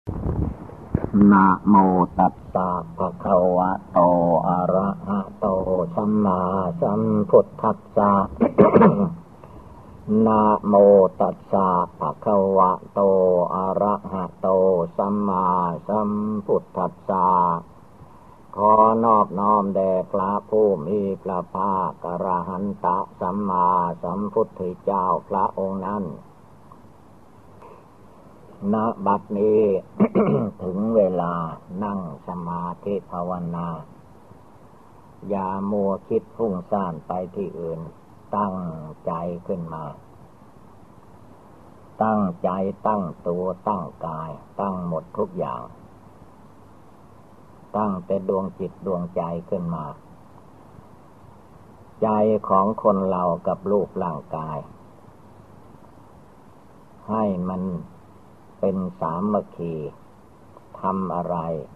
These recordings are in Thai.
นะโมตัสสะภะคะวะโตอะระหะโตสัมมาสัมพุทธัสสะ นะโมตัสสะภะคะวะโตอะระหะโตสัมมาสัมพุทธัสสะขอนอบน้อมแด่พระผู้มีพระภาคอรหันตสัมมาสัมพุทธเจ้าพระองค์นั้นณบัดนี้ ถึงเวลานั่งสมาธิภาวนาอย่ามัวคิดฟุ้งซ่านไปที่อื่นตั้งใจขึ้นมาตั้งใจตั้งตัวตั้งกายตั้งหมดทุกอย่างตั้งแต่ดวงจิตดวงใจขึ้นมาใจของคนเรากับรูปร่างกายให้มันเป็นสามัคคีทำอะไร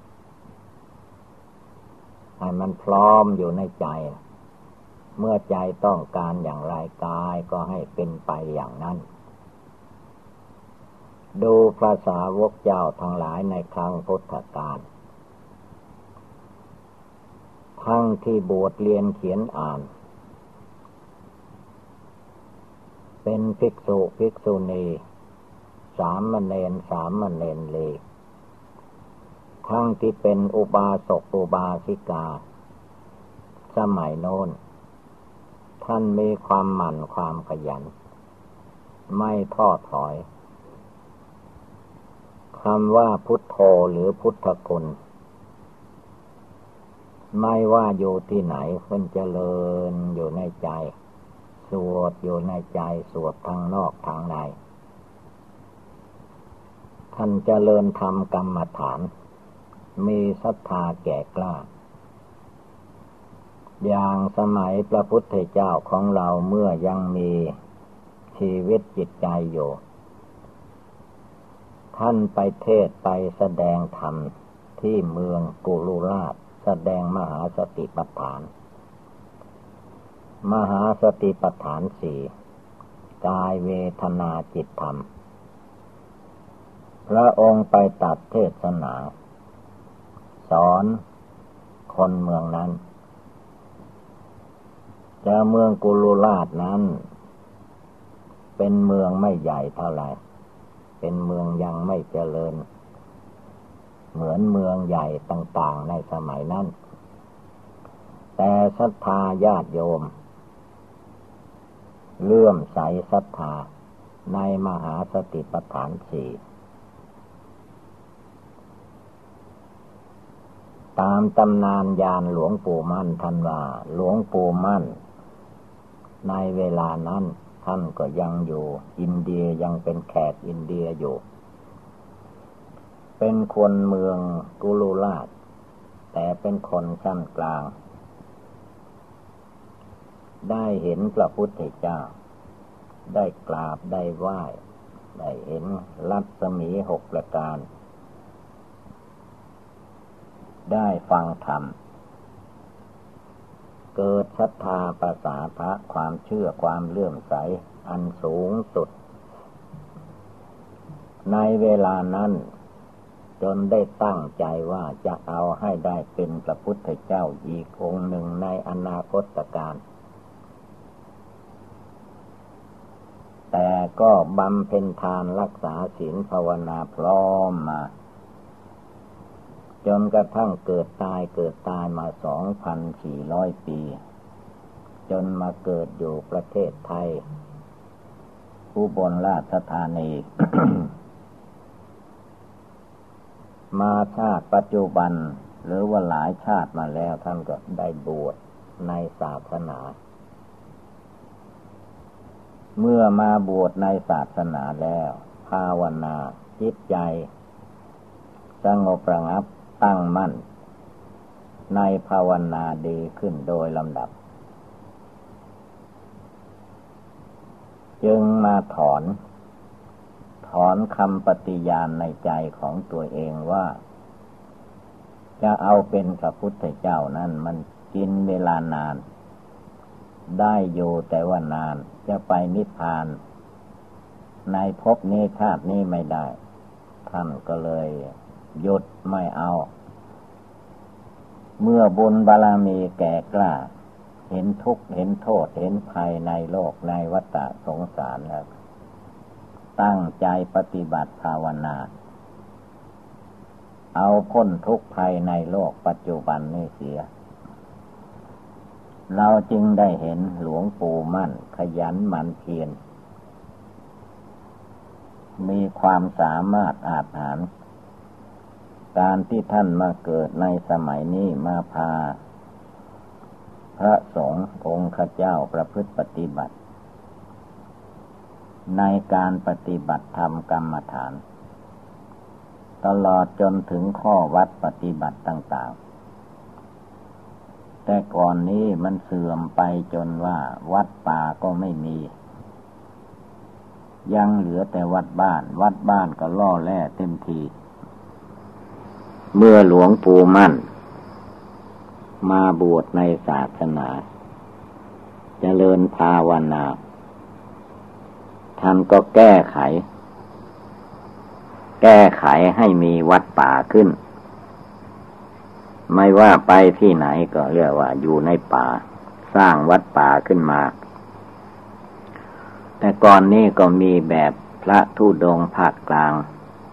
ให้มันพร้อมอยู่ในใจเมื่อใจต้องการอย่างไรกายก็ให้เป็นไปอย่างนั้นดูพระสาวกเจ้าทั้งหลายในครั้งพุทธกาลทั้งที่บวชเรียนเขียนอ่านเป็นภิกษุภิกษุณีสามเณรสามเณรเลทั้งที่เป็นอุบาสกอุบาสิกาสมัยโน้นท่านมีความหมั่นความขยันไม่ท้อถอยคำว่าพุทโธหรือพุทธคุณไม่ว่าอยู่ที่ไหนเพิ่นเจริญอยู่ในใจสวดอยู่ในใจสวดทางนอกทางในท่านเจริญธรรมกรรมฐานมีศรัทธาแก่กล้าอย่างสมัยพระพุทธเจ้าของเราเมื่อยังมีชีวิตจิตใจอยู่ท่านไปเทศไปแสดงธรรมที่เมืองกุรุราชแสดงมหาสติปัฏฐานมหาสติปัฏฐานสี่กายเวทนาจิตธรรมพระองค์ไปตัดเทศนาสอนคนเมืองนั้นแต่เมืองกุรุราชนั้นเป็นเมืองไม่ใหญ่เท่าไหร่เป็นเมืองยังไม่เจริญเหมือนเมืองใหญ่ต่างๆในสมัยนั้นแต่ศรัทธาญาติโยมเลื่อมใสศรัทธาในมหาสติปัฏฐานสี่ตามตำนานยานหลวงปู่มั่นท่านว่าหลวงปู่มั่นในเวลานั้นท่านก็ยังอยู่อินเดียยังเป็นแขกอินเดียอยู่เป็นคนเมืองกุรุราชแต่เป็นคนชั้นกลางได้เห็นพระพุทธเจ้าได้กราบได้ไหว้ได้เห็นรัศมี6ประการได้ฟังธรรมเกิดศรัทธาประสาทะความเชื่อความเลื่อมใสอันสูงสุดในเวลานั้นจนได้ตั้งใจว่าจะเอาให้ได้เป็นพระพุทธเจ้าอีกองค์หนึ่งในอนาคตการแต่ก็บำเพ็ญทานรักษาศีลภาวนาพร้อมมาจนกระทั่งเกิดตายมา 2,400 ปีจนมาเกิดอยู่ประเทศไทยอุบลราชธานี มาชาติปัจจุบันหรือว่าหลายชาติมาแล้วท่านก็ได้บวชในศาสนาเมื่อมาบวชในศาสนาแล้วภาวนาจิตใจสงบระงับตั้งมั่นในภาวนาดีขึ้นโดยลำดับจึงมาถอนคำปฏิญาณในใจของตัวเองว่าจะเอาเป็นพระพุทธเจ้านั้นมันกินเวลานานได้อยู่แต่ว่านานจะไปนิพพานในภพนี้ชาตินี้ไม่ได้ ถท่านก็เลยหยุดไม่เอาเมื่อบุญบารมีแก่กล้าเห็นทุกข์เห็นโทษเห็นภัยในโลกในวัฏสงสารแล้วตั้งใจปฏิบัติภาวนาเอาพ้นทุกข์ภัยในโลกปัจจุบันนี้เสียเราจึงได้เห็นหลวงปู่มั่นขยันหมั่นเพียรมีความสามารถอาจหาญการที่ท่านมาเกิดในสมัยนี้มาพาพระสงฆ์องค์ข้าเจ้าประพฤติปฏิบัติในการปฏิบัติธรรมกรรมฐานตลอดจนถึงข้อวัดปฏิบัติต่างๆแต่ก่อนนี้มันเสื่อมไปจนว่าวัดป่าก็ไม่มียังเหลือแต่วัดบ้านก็ล่อแร่เต็มทีเมื่อหลวงปู่มั่นมาบวชในศาสนาเจริญภาวนาท่านก็แก้ไขให้มีวัดป่าขึ้นไม่ว่าไปที่ไหนก็เรียกว่าอยู่ในป่าสร้างวัดป่าขึ้นมาแต่ก่อนนี้ก็มีแบบพระธุดงค์ภาคกลาง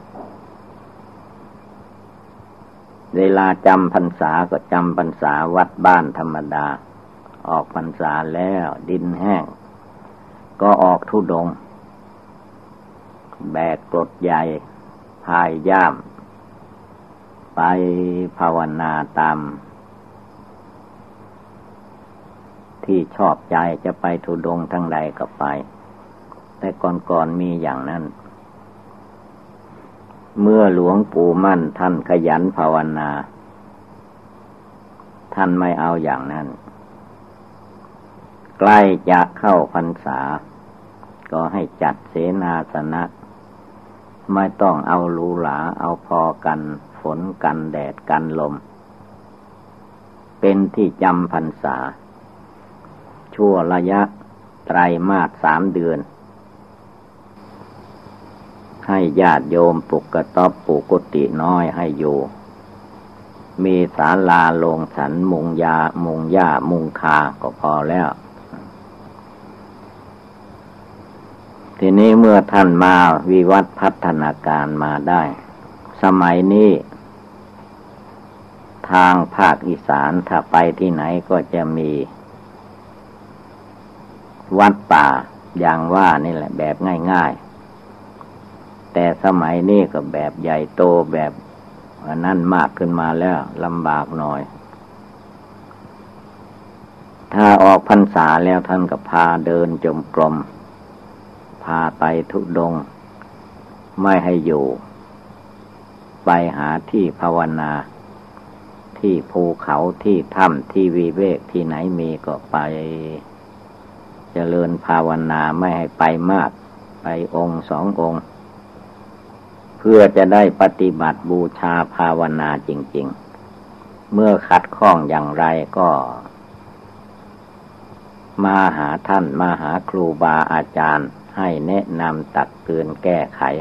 เวลาจำพรรษาก็จำพรรษาวัดบ้านธรรมดาออกพรรษาแล้วดินแห้งก็ออกธุดงค์แบกกรดใหญ่พายย่ามไปภาวนาตามที่ชอบใจจะไปธุดงค์ทั้งใดก็ไปแต่ก่อนมีอย่างนั้นเมื่อหลวงปู่มั่นท่านขยันภาวนาท่านไม่เอาอย่างนั้นใกล้จะเข้าพรรษาก็ให้จัดเสนาสนะไม่ต้องเอาหรูหราเอาพอกันฝนกันแดดกันลมเป็นที่จำพรรษาชั่วระยะไตรมาส3 เดือนให้ญาติโยมปลุกกระต๊อบปลูกกุฏิน้อยให้อยู่มีศาลาโลงฉันมุงหญ้ามุงคาก็พอแล้วทีนี้เมื่อท่านมาวิวัฒน์พัฒนาการมาได้สมัยนี้ทางภาคอีสานถ้าไปที่ไหนก็จะมีวัดป่าอย่างว่านี่แหละแบบง่ายๆแต่สมัยนี้ก็แบบใหญ่โตแบบนั่นมากขึ้นมาแล้วลำบากหน่อยถ้าออกพรรษาแล้วท่านก็พาเดินจงกรมพาไปธุดงค์ไม่ให้อยู่ไปหาที่ภาวนาที่ภูเขาที่ถ้ำที่วิเวกที่ไหนมีก็ไปเจริญภาวนาไม่ให้ไปมากไปองค์2 องค์เพื่อจะได้ปฏิบัติบูชาภาวนาจริงๆเมื่อขัดข้องอย่างไรก็มาหาท่านมาหาครูบาอาจารย์ให้แนะนำตักเตือนแก้ไข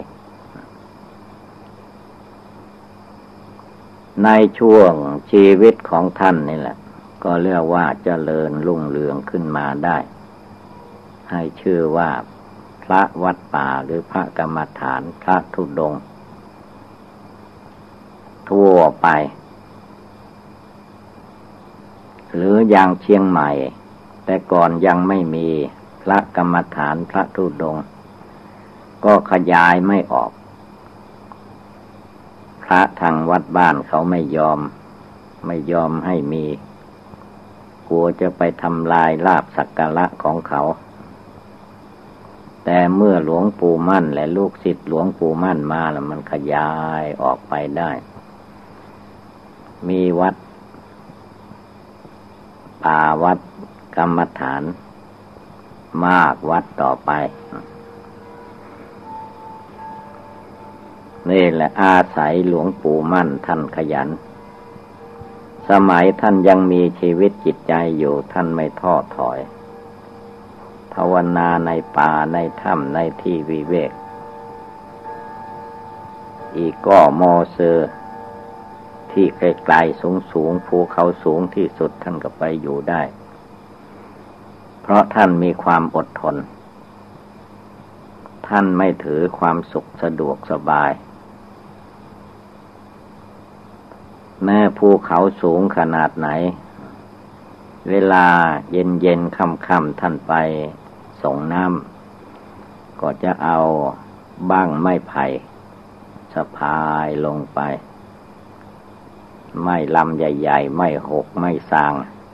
ในช่วงชีวิตของท่านนี่แหละก็เรียกว่าเจริญรุ่งเรืองขึ้นมาได้ให้ชื่อว่าพระวัดป่าหรือพระกรรมฐานพระธุดงค์ทั่วไปหรืออย่างเชียงใหม่แต่ก่อนยังไม่มีพระกรรมฐานพระธุดงค์ก็ขยายไม่ออกพระทางวัดบ้านเขาไม่ยอมให้มีกลัวจะไปทำลายลาภสักการะของเขาแต่เมื่อหลวงปู่มั่นและลูกศิษย์หลวงปู่มั่นมาแล้วมันขยายออกไปได้มีวัดป่าวัดกรรมฐานมากวัดต่อไปนี่แหละอาศัยหลวงปู่มั่นท่านขยันสมัยท่านยังมีชีวิตจิตใจอยู่ท่านไม่ท้อถอยภาวนาในป่าในถ้ำในที่วิเวกอีกก็มอเซอร์ที่ไกลๆสูงภูเขาสูงที่สุดท่านก็ไปอยู่ได้เพราะท่านมีความอดทนท่านไม่ถือความสุขสะดวกสบายแม้ภูเขาสูงขนาดไหนเวลาเย็นๆค่ำๆท่านไปส่งน้ำก็จะเอาบ้างไม้ไผ่สะพายลงไปไม้ลำใหญ่ๆไม้หกไม้สาง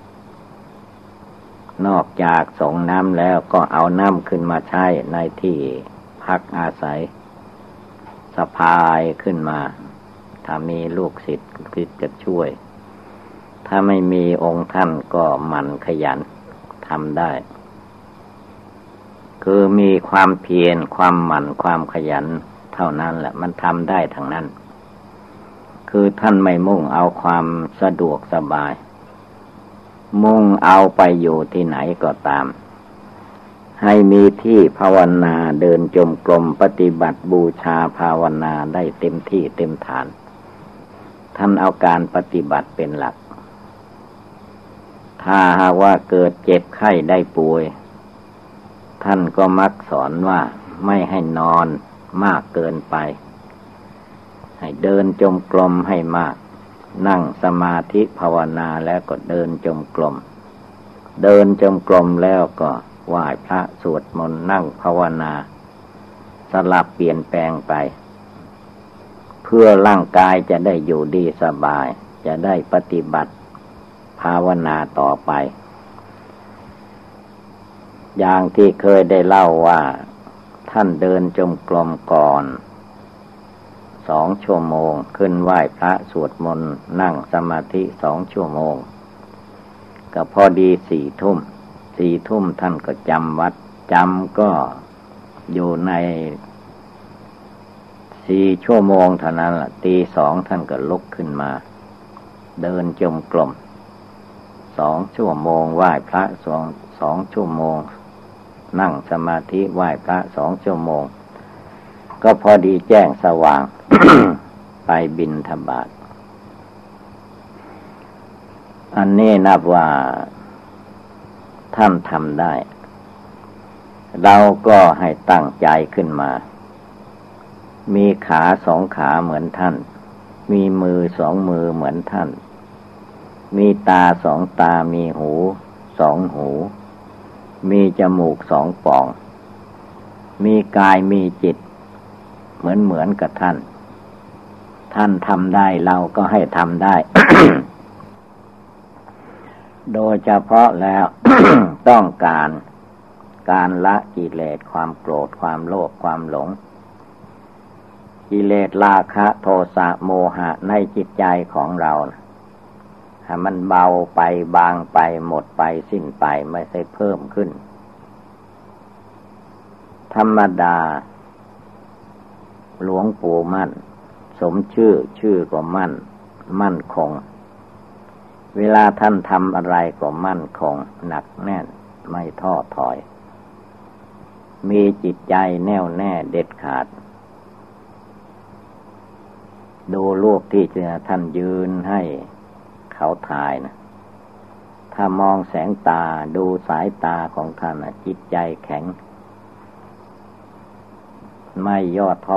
นอกจากส่งน้ำแล้วก็เอาน้ำขึ้นมาใช้ในที่พักอาศัยสะพายขึ้นมาถ้ามีลูกศิษย์จะช่วยถ้าไม่มีองค์ท่านก็หมั่นขยันทำได้คือมีความเพียรความหมั่นความขยันเท่านั้นแหละมันทำได้ทั้งนั้นคือท่านไม่มุ่งเอาความสะดวกสบายมุ่งเอาไปอยู่ที่ไหนก็ตามให้มีที่ภาวนาเดินจงกรมปฏิบัติบูชาภาวนาได้เต็มที่เต็มฐานท่านเอาการปฏิบัติเป็นหลักถ้าหากว่าเกิดเจ็บไข้ได้ป่วยท่านก็มักสอนว่าไม่ให้นอนมากเกินไปให้เดินจงกรมให้มากนั่งสมาธิภาวนาแล้วก็เดินจงกรมเดินจงกรมแล้วก็ไหว้พระสวดมนต์นั่งภาวนาสลับเปลี่ยนแปลงไปเพื่อร่างกายจะได้อยู่ดีสบายจะได้ปฏิบัติภาวนาต่อไปอย่างที่เคยได้เล่าว่าท่านเดินจงกรมก่อน2 ชั่วโมงขึ้นไหว้พระสวดมนต์นั่งสมาธิ2 ชั่วโมงก็พอดี4 ทุ่ม4 ทุ่มท่านก็จำวัดจำก็อยู่ใน4 ชั่วโมงเท่านั้นล่ะตี 2ท่านก็ลุกขึ้นมาเดินจงกรม2 ชั่วโมงไหว้พระ2 ชั่วโมงนั่งสมาธิไหว้พระ2 ชั่วโมงก็พอดีแจ้งสว่าง ไปบิณฑบาตอันนี้นับว่าท่านทำได้เราก็ให้ตั้งใจขึ้นมามีขา2 ขาเหมือนท่านมีมือ2 มือเหมือนท่านมีตา2 ตามีหู2 หูมีจมูก2 ป่องมีกายมีจิตเหมือนกับท่านทำได้เราก็ให้ทำได้ โดยเฉพาะแล้ว ต้องการละกิเลสความโกรธความโลภความหลงกิเลสราคะโทสะโมหะในจิตใจของเราให้มันเบาไปบางไปหมดไปสิ้นไปไม่ใช่เพิ่มขึ้นธรรมดาหลวงปู่มั่นสมชื่อก็มั่นคงเวลาท่านทำอะไรก็มั่นคงหนักแน่นไม่ท้อถอยมีจิตใจแน่วแน่เด็ดขาดดูรูปที่ท่านยืนให้เขาถ่ายนะถ้ามองแสงตาดูสายตาของท่านจิตใจแข็งไม่ย่อท้อ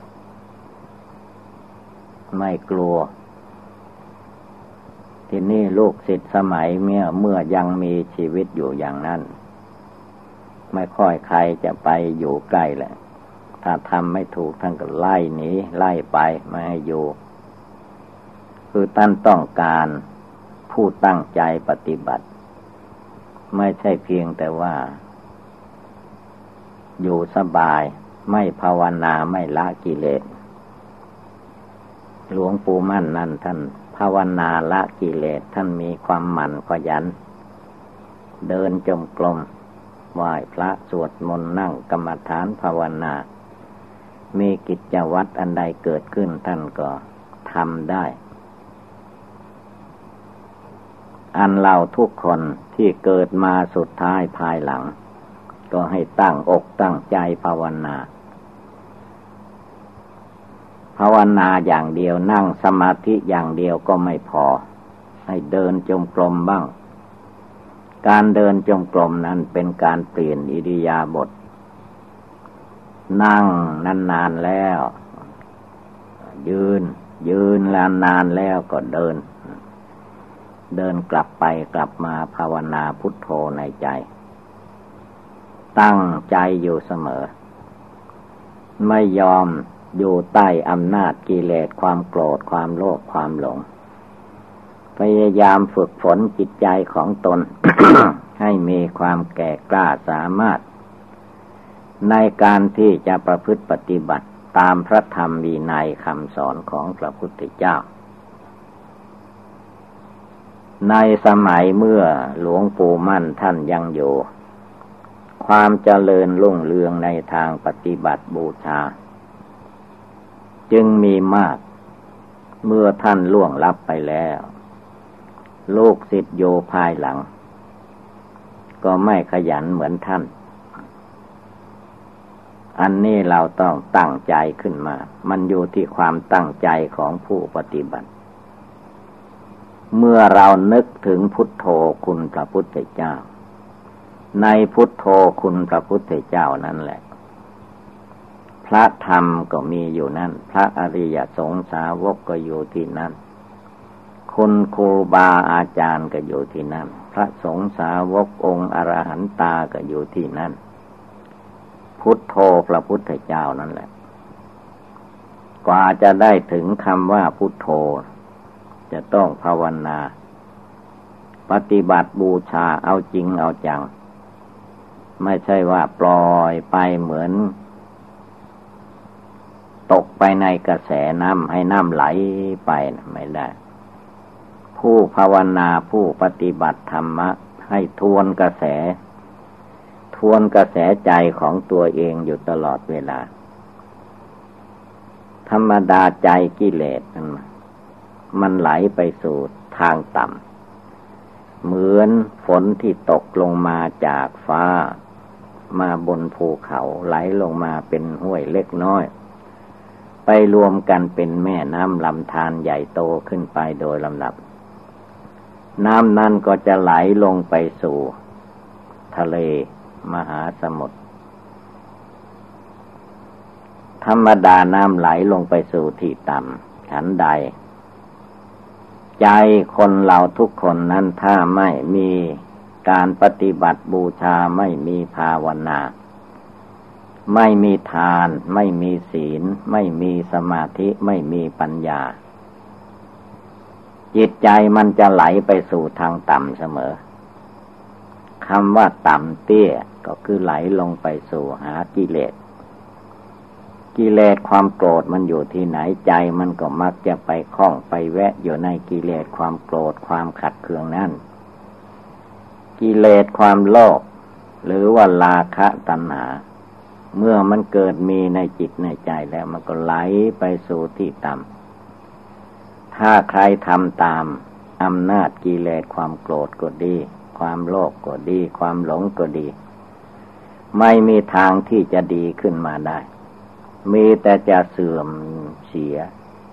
ไม่กลัวที่นี่ลูกศิษย์สมัยเมื่อยังมีชีวิตอยู่อย่างนั้นไม่ค่อยใครจะไปอยู่ใกล้แหละถ้าทำไม่ถูกท่านก็ไล่หนีไล่ไปไม่ให้อยู่คือท่านต้องการผู้ตั้งใจปฏิบัติไม่ใช่เพียงแต่ว่าอยู่สบายไม่ภาวนาไม่ละกิเลสหลวงปู่มั่นนั่นท่านภาวนาละกิเลสท่านมีความหมั่นขยันเดินจงกรมไหว้พระสวดมนต์นั่งกรรมฐานภาวนามีกิจวัตรอันใดเกิดขึ้นท่านก็ทำได้อันเราทุกคนที่เกิดมาสุดท้ายภายหลังก็ให้ตั้งอกตั้งใจภาวนาภาวนาอย่างเดียวนั่งสมาธิอย่างเดียวก็ไม่พอให้เดินจงกรมบ้างการเดินจงกรมนั้นเป็นการเปลี่ยนอิริยาบถนั่งนานๆแล้วยืนแล้วนานแล้วก็เดินกลับไปกลับมาภาวนาพุทโธในใจตั้งใจอยู่เสมอไม่ยอมอยู่ใต้อำนาจกิเลสความโกรธความโลภความหลงพยายามฝึกฝนจิตใจของตน ให้มีความแก่กล้าสามารถในการที่จะประพฤติปฏิบัติตามพระธรรมวินัยคำสอนของพระพุทธเจ้าในสมัยเมื่อหลวงปู่มั่นท่านยังอยู่ความเจริญรุ่งเรืองในทางปฏิบัติบูชาจึงมีมากเมื่อท่านล่วงลับไปแล้วลูกศิษย์โยภายหลังก็ไม่ขยันเหมือนท่านอันนี้เราต้องตั้งใจขึ้นมามันอยู่ที่ความตั้งใจของผู้ปฏิบัติเมื่อเรานึกถึงพุทโธคุณพระพุทธเจ้าในพุทโธคุณพระพุทธเจ้านั่นแหละพระธรรมก็มีอยู่นั่นพระอริยสงสาวกก็อยู่ที่นั่นคุณครูบาอาจารย์ก็อยู่ที่นั่นพระสงฆ์สาวกองค์อรหันตาก็อยู่ที่นั่นพุทโธพระพุทธเจ้านั่นแหละกว่าจะได้ถึงคำว่าพุทโธจะต้องภาวนาปฏิบัติบูชาเอาจริงเอาจังไม่ใช่ว่าปล่อยไปเหมือนตกไปในกระแสน้ำให้น้ำไหลไปไม่ได้ผู้ภาวนาผู้ปฏิบัติธรรมะให้ทวนกระแสใจของตัวเองอยู่ตลอดเวลาธรรมดาใจกิเลสมันไหลไปสู่ทางต่ำเหมือนฝนที่ตกลงมาจากฟ้ามาบนภูเขาไหลลงมาเป็นห้วยเล็กน้อยไปรวมกันเป็นแม่น้ำลำธารใหญ่โตขึ้นไปโดยลำดับน้ำนั้นก็จะไหลลงไปสู่ทะเลมหาสมุทรธรรมดาน้ำไหลลงไปสู่ที่ต่ำฉันใดใจคนเราทุกคนนั้นถ้าไม่มีการปฏิบัติบูชาไม่มีภาวนาไม่มีทานไม่มีศีลไม่มีสมาธิไม่มีปัญญาจิตใจมันจะไหลไปสู่ทางต่ำเสมอคำว่าต่ำเตี้ยก็คือไหลลงไปสู่หากิเลสความโกรธมันอยู่ที่ไหนใจมันก็มักจะไปคล้องไปแวะอยู่ในกิเลสความโกรธความขัดเคืองนั่นกิเลสความโลภหรือว่าราคะตัณหาเมื่อมันเกิดมีในจิตในใจแล้วมันก็ไหลไปสู่ที่ต่ำถ้าใครทำตามอำนาจกิเลสความโกรธก็ดีความโลภก็ดีความหลงก็ดีไม่มีทางที่จะดีขึ้นมาได้มีแต่จะเสื่อมเสีย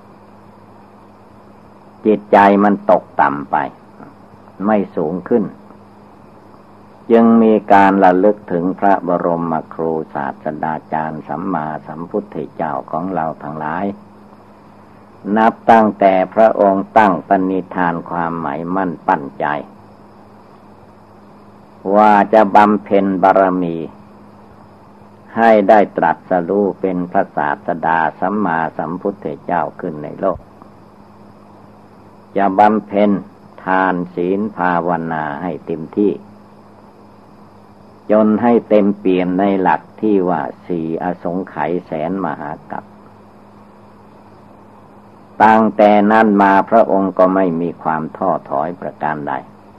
จิตใจมันตกต่ำไปไม่สูงขึ้นจึงมีการระลึกถึงพระบรมครูศาสดาจารย์สัมมาสัมพุทธเจ้าของเราทั้งหลายนับตั้งแต่พระองค์ตั้งปณิธานความหมายมั่นปั้นใจว่าจะบำเพ็ญบารมีให้ได้ตรัสรู้เป็นพระศาสดาสัมมาสัมพุทธเจ้าขึ้นในโลกจะบำเพ็ญทานศีลภาวนาให้เต็มที่จนให้เต็มเปี่ยมในหลักที่ว่าสี่อสงไขยแสนมหากัปตั้งแต่นั้นมาพระองค์ก็ไม่มีความท้อถอยประการใด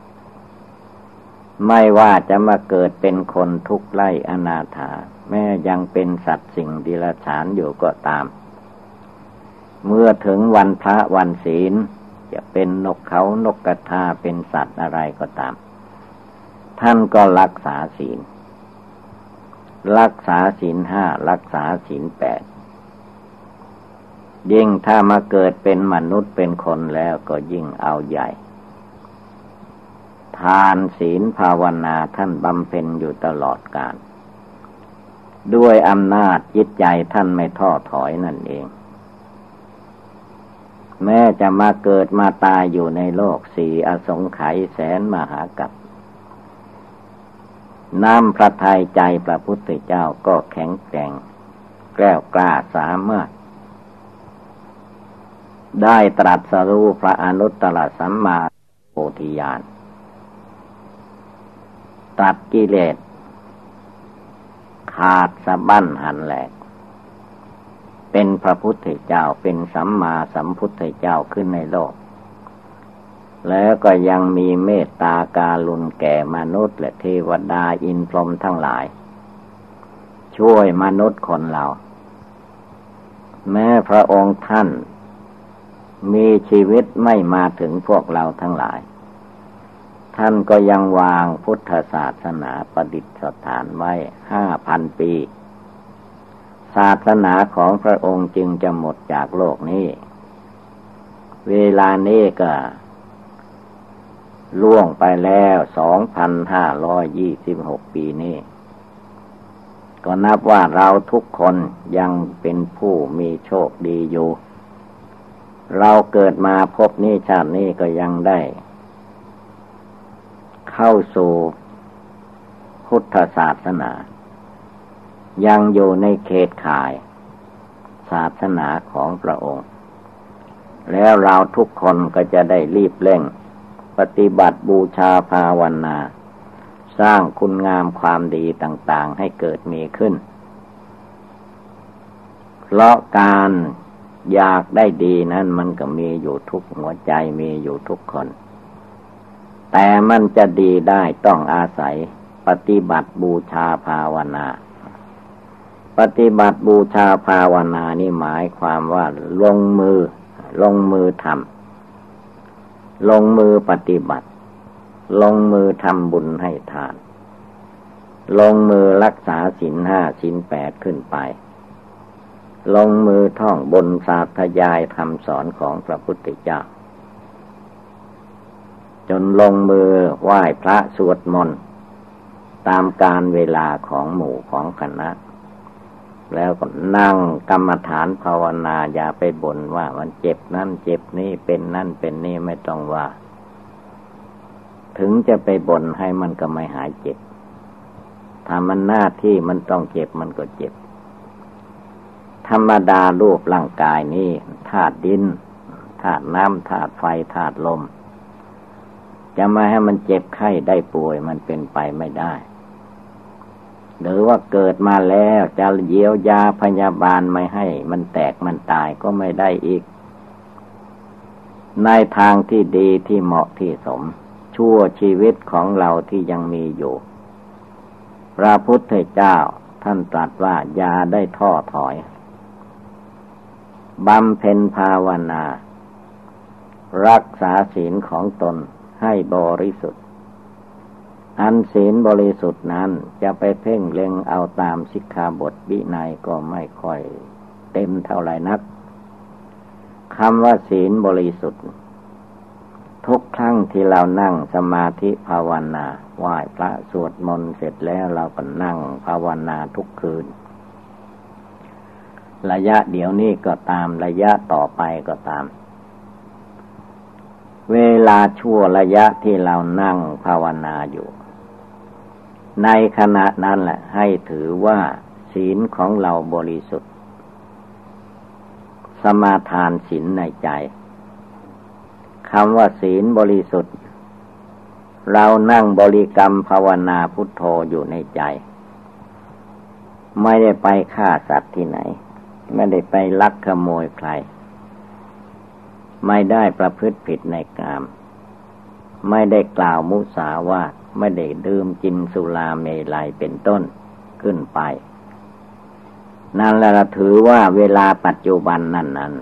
ไม่ว่าจะมาเกิดเป็นคนทุกข์ไร้อนาถาแม้ยังเป็นสัตว์สิ่งดิรัจฉานอยู่ก็ตามเมื่อถึงวันพระวันศีลจะเป็นนกเขานกกระทาเป็นสัตว์อะไรก็ตามท่านก็รักษาศีลรักษาศีล 5รักษาศีล 8 ยิ่งถ้ามาเกิดเป็นมนุษย์เป็นคนแล้วก็ยิ่งเอาใหญ่ทานศีลภาวนาท่านบำเพ็ญอยู่ตลอดกาลด้วยอำนาจจิตใจท่านไม่ท้อถอยนั่นเองแม้จะมาเกิดมาตายอยู่ในโลกสี่อสงไขยแสนมหากัปน้ำพระทัยใจพระพุทธเจ้าก็แข็งแกร่งแกล้วกล้าสามารถได้ตรัสรู้พระอนุตตรสัมมาโพธิญาณตัดกิเลสขาดสะบั้นหันแหลกเป็นพระพุทธเจ้าเป็นสัมมาสัมพุทธเจ้าขึ้นในโลกแล้วก็ยังมีเมตตาการุณแก่มนุษย์และเทวดาอินทร์พรหมทั้งหลายช่วยมนุษย์คนเราแม้พระองค์ท่านมีชีวิตไม่มาถึงพวกเราทั้งหลายท่านก็ยังวางพุทธศาสนาประดิษฐานไว้ 5,000 ปีศาสนาของพระองค์จึงจะหมดจากโลกนี้เวลานี้ก็ล่วงไปแล้ว 2,526 ปีนี้ก็นับว่าเราทุกคนยังเป็นผู้มีโชคดีอยู่เราเกิดมาพบนี้ชาตินี้ก็ยังได้เข้าสู่พุทธศาสนายังอยู่ในเขตข่ายศาสนาของพระองค์แล้วเราทุกคนก็จะได้รีบเร่งปฏิบัติบูชาภาวนาสร้างคุณงามความดีต่างๆให้เกิดมีขึ้นเพราะการอยากได้ดีนั้นมันก็มีอยู่ทุกหัวใจมีอยู่ทุกคนแต่มันจะดีได้ต้องอาศัยปฏิบัติบูชาภาวนาปฏิบัติบูชาภาวนานี่หมายความว่าลงมือทำลงมือปฏิบัติลงมือทำบุญให้ทานลงมือรักษาศีล 5 ศีล 8ขึ้นไปลงมือท่องบนสาธยายคำสอนของพระพุทธเจ้าจนลงมือไหว้พระสวดมนต์ตามกาลเวลาของหมู่ของคณะแล้วก็นั่งกรรมฐานภาวนาอย่าไปบ่นว่ามันเจ็บนั่นเจ็บนี่เป็นนั่นเป็นนี่ไม่ต้องว่าถึงจะไปบ่นให้มันก็ไม่หายเจ็บถ้ามันหน้าที่มันต้องเจ็บมันก็เจ็บธรรมดารูปร่างกายนี้ธาตุดินธาตุน้ำธาตุไฟธาตุลมจะมาให้มันเจ็บไข้ได้ป่วยมันเป็นไปไม่ได้หรือว่าเกิดมาแล้วจะเยียวยาพยาบาลไม่ให้มันแตกมันตายก็ไม่ได้อีกในทางที่ดีที่เหมาะที่สมชั่วชีวิตของเราที่ยังมีอยู่พระพุทธเจ้าท่านตรัสว่าอย่าได้ท้อถอยบำเพ็ญภาวนารักษาศีลของตนให้บริสุทธิ์อันศีลบริสุทธิ์นั้นจะไปเพ่งเล็งเอาตามสิกขาบทวินัยก็ไม่ค่อยเต็มเท่าไหร่นักคำว่าศีลบริสุทธิ์ทุกครั้งที่เรานั่งสมาธิภาวนาไหว้พระสวดมนต์เสร็จแล้วเราก็นั่งภาวนาทุกคืนระยะเดี๋ยวนี้ก็ตามระยะต่อไปก็ตามเวลาชั่วระยะที่เรานั่งภาวนาอยู่ในขณะนั้นแหละให้ถือว่าศีลของเราบริสุทธิ์สมาทานศีลในใจคำว่าศีลบริสุทธิ์เรานั่งบริกรรมภาวนาพุทโธอยู่ในใจไม่ได้ไปฆ่าสัตว์ที่ไหนไม่ได้ไปลักขโมยใครไม่ได้ประพฤติผิดในกามไม่ได้กล่าวมุสาวาทไม่ได้ดื่มกินสุราเมลัยเป็นต้นขึ้นไปนั่นแหละถือว่าเวลาปัจจุบันนั้น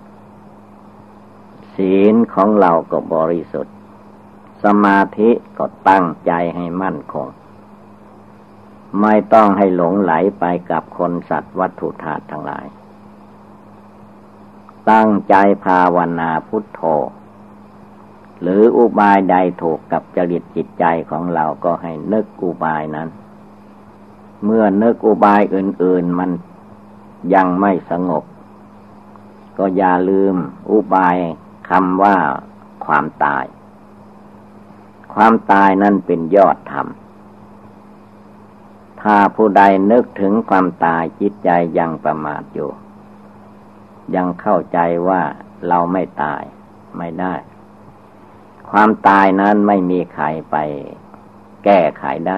ศีลของเราก็บริสุทธิ์สมาธิก็ตั้งใจให้มั่นคงไม่ต้องให้หลงไหลไปกับคนสัตว์วัตถุธาตุทั้งหลายตั้งใจภาวนาพุทโธหรืออุบายใดถูกกับจริตจิตใจของเราก็ให้นึกอุบายนั้นเมื่อนึกอุบายอื่นๆมันยังไม่สงบก็อย่าลืมอุบายคำว่าความตายความตายนั้นเป็นยอดธรรมถ้าผู้ใดนึกถึงความตายจิตใจยังประมาทอยู่ยังเข้าใจว่าเราไม่ตายไม่ได้ความตายนั้นไม่มีใครไปแก้ไขได้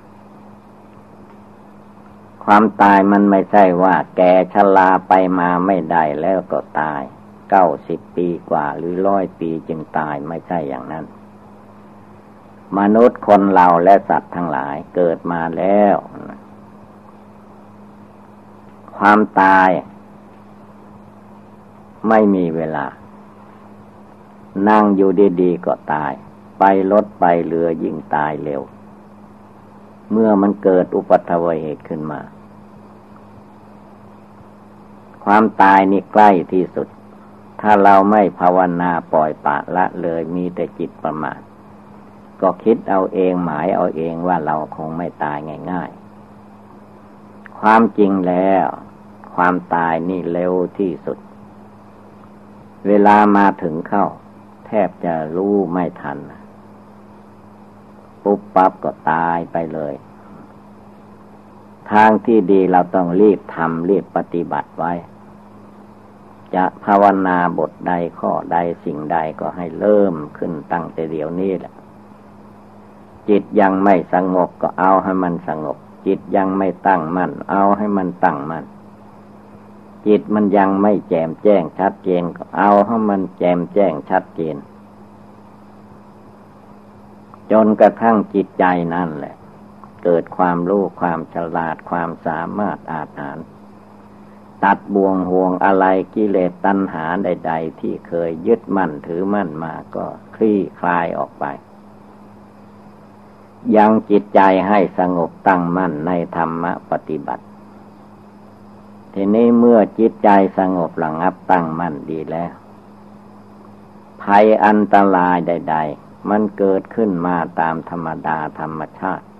ความตายมันไม่ใช่ว่าแก่ชราไปมาไม่ได้แล้วก็ตาย90 ปีกว่าหรือ100 ปีจึงตายไม่ใช่อย่างนั้นมนุษย์คนเราและสัตว์ทั้งหลายเกิดมาแล้วความตายไม่มีเวลานั่งอยู่ดีๆก็ตายไปรถไปเรือยิ่งตายเร็วเมื่อมันเกิดอุบัติเหตุขึ้นมาความตายนี่ใกล้ที่สุดถ้าเราไม่ภาวนาปล่อยปละละเลยมีแต่จิตประมาทก็คิดเอาเองหมายเอาเองว่าเราคงไม่ตายง่ายๆความจริงแล้วความตายนี่เร็วที่สุดเวลามาถึงเข้าแทบจะรู้ไม่ทันปุ๊บปั๊บก็ตายไปเลยทางที่ดีเราต้องรีบทำรีบปฏิบัติไว้จะภาวนาบทใดข้อใดสิ่งใดก็ให้เริ่มขึ้นตั้งแต่เดี๋ยวนี้แหละจิตยังไม่สงบก็เอาให้มันสงบจิตยังไม่ตั้งมั่นเอาให้มันตั้งมั่นจิตมันยังไม่แจ่มแจ้งชัดเจนก็เอาให้มันแจ่มแจ้งชัดเจนจนกระทั่งจิตใจนั่นแหละเกิดความรู้ความฉลาดความสามารถอาถรรพ์ตัดบ่วงห่วงอะไรกิเลสตัณหาใดๆที่เคยยึดมั่นถือมั่นมาก็คลี่คลายออกไปยังจิตใจให้สงบตั้งมั่นในธรรมปฏิบัติทีนี้เมื่อจิตใจสงบระงับตั้งมั่นดีแล้วภัยอันตรายใดๆมันเกิดขึ้นมาตามธรรมดาธรรมชาติ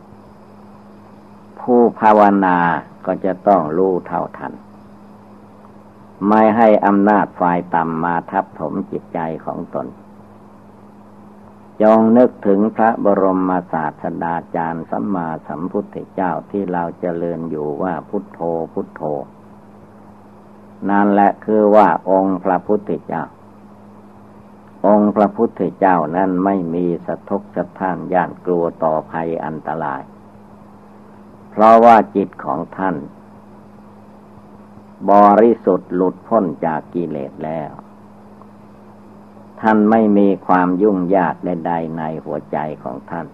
ผู้ภาวนาก็จะต้องรู้เท่าทันไม่ให้อำนาจฝ่ายต่ำมาทับถมจิตใจของตนจงนึกถึงพระบรมศาสดาจารย์สัมมาสัมพุทธเจ้าที่เราเจริญอยู่ว่าพุทโธพุทโธนั่นแหละคือว่าองค์พระพุทธเจ้าองค์พระพุทธเจ้านั้นไม่มีสะทกสะท้านย่านกลัวต่อภัยอันตรายเพราะว่าจิตของท่านบริสุทธิ์หลุดพ้นจากกิเลสแล้วท่านไม่มีความยุ่งยากใดๆในหัวใจของท่าน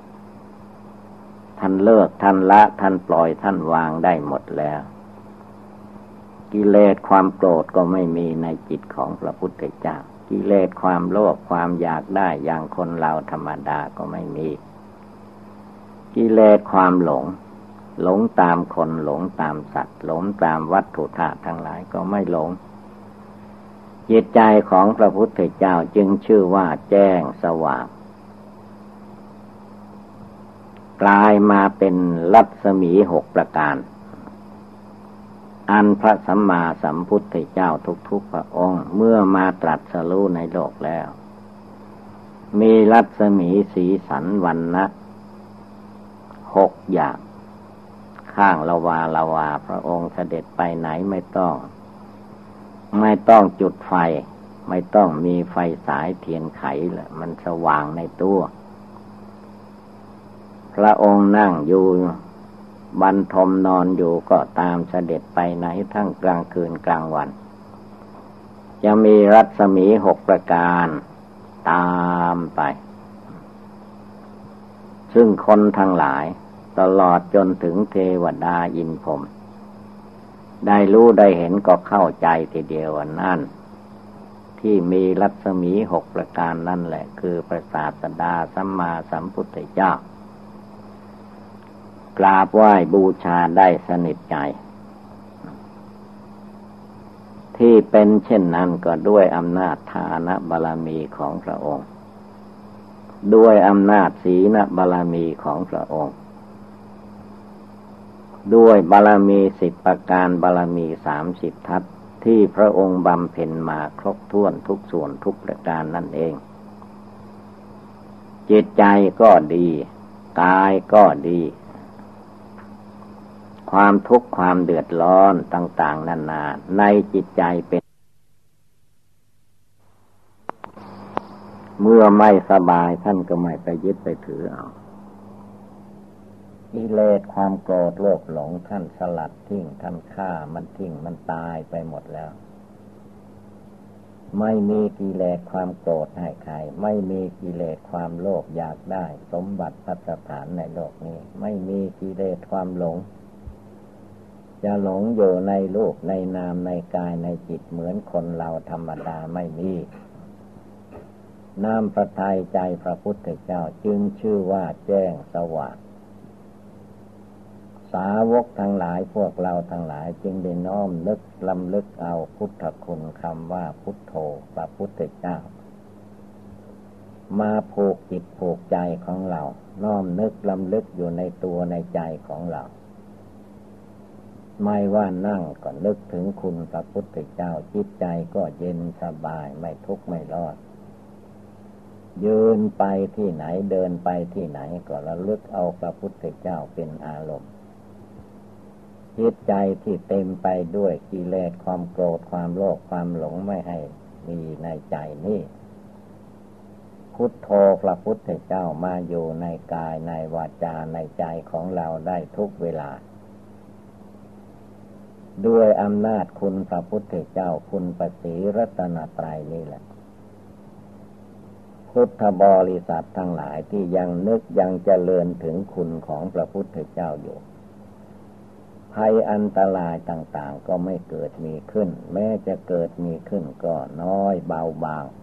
ท่านเลิกท่านละท่านปล่อยท่านวางได้หมดแล้วกิเลสความโกรธก็ไม่มีในจิตของพระพุทธเจ้ากิเลสความโลภความอยากได้อย่างคนเราธรรมดาก็ไม่มีกิเลสความหลงตามคนหลงตามสัตว์หลงตามวัตถุธาตุทั้งหลายก็ไม่หลงจิตใจของพระพุทธเจ้าจึงชื่อว่าแจ้งสว่างกลายมาเป็นรัศมี6ประการอันพระสัมมาสัมพุทธเจ้าทุกๆพระองค์เมื่อมาตรัสรู้ในโลกแล้วมีรัศมีสีสันวรรณะ6อย่างข้างละวาพระองค์เสด็จไปไหนไม่ต้องจุดไฟไม่ต้องมีไฟสายเทียนไขละมันสว่างในตัวพระองค์นั่งอยู่บรรทมนอนอยู่ก็ตามเสด็จไปไหนทั้งกลางคืนกลางวันจะมีรัศมี6ประการตามไปซึ่งคนทั้งหลายตลอดจนถึงเทวดาอินพรหมได้รู้ได้เห็นก็เข้าใจทีเดียวว่านั่นที่มีรัศมี6ประการนั่นแหละคือพระศาสดาสัมมาสัมพุทธเจ้ากราบไหว้บูชาได้สนิทใจเทที่เป็นเช่นนั้นก็ด้วยอำนาจทานบารมีของพระองค์ด้วยอำนาจศีลบารมีของพระองค์ด้วยบารมี10ประการบารมี30ทัศที่พระองค์บำเพ็ญมาครบถ้วนทุกส่วนทุกประการนั่นเองจิตใจก็ดีกายก็ดีความทุกข์ความเดือดร้อนต่างๆนานาในจิตใจเป็นเมื่อไม่สบายท่านก็ไม่ไปยึดไปถือเอากิเลสความโกรธโลภหลงท่านสลัดทิ้งท่านฆ่ามันทิ้งมันตายไปหมดแล้วไม่มีกิเลสความโกรธให้ใครไม่มีกิเลสความโลภอยากได้สมบัติภัสถานในโลกนี้ไม่มีกิเลสความหลงจะหลงอยู่ในรูปในนามในกายในจิตเหมือนคนเราธรรมดาไม่มีน้ำพระทัยใจพระพุทธเจ้าจึงชื่อว่าแจ้งสว่างสาวกทั้งหลายพวกเราทั้งหลายจึงได้น้อมนึกลำลึกเอาพุทธคุณคำว่าพุทโธพระพุทธเจ้ามาผูกจิตผูกใจของเราน้อมนึกลำลึกอยู่ในตัวในใจของเราไม่ว่านั่งก็นึกถึงคุณพระพุทธเจ้าจิตใจก็เย็นสบายไม่ทุกข์ไม่ร้อนยืนไปที่ไหนเดินไปที่ไหนก็ระลึกเอาพระพุทธเจ้าเป็นอารมณ์จิตใจที่เต็มไปด้วยกิเลสความโกรธความโลภความหลงไม่ให้มีในใจนี้พุทโธพระพุทธเจ้ามาอยู่ในกายในวาจาในใจของเราได้ทุกเวลาด้วยอำนาจคุณพระพุทธเจ้าคุณพระศรีรัตนตรัยนี่แหละพุทธบริษัททั้งหลายที่ยังนึกยังเจริญถึงคุณของพระพุทธเจ้าอยู่ภัยอันตรายต่างๆก็ไม่เกิดมีขึ้นแม้จะเกิดมีขึ้นก็น้อยเบาบาง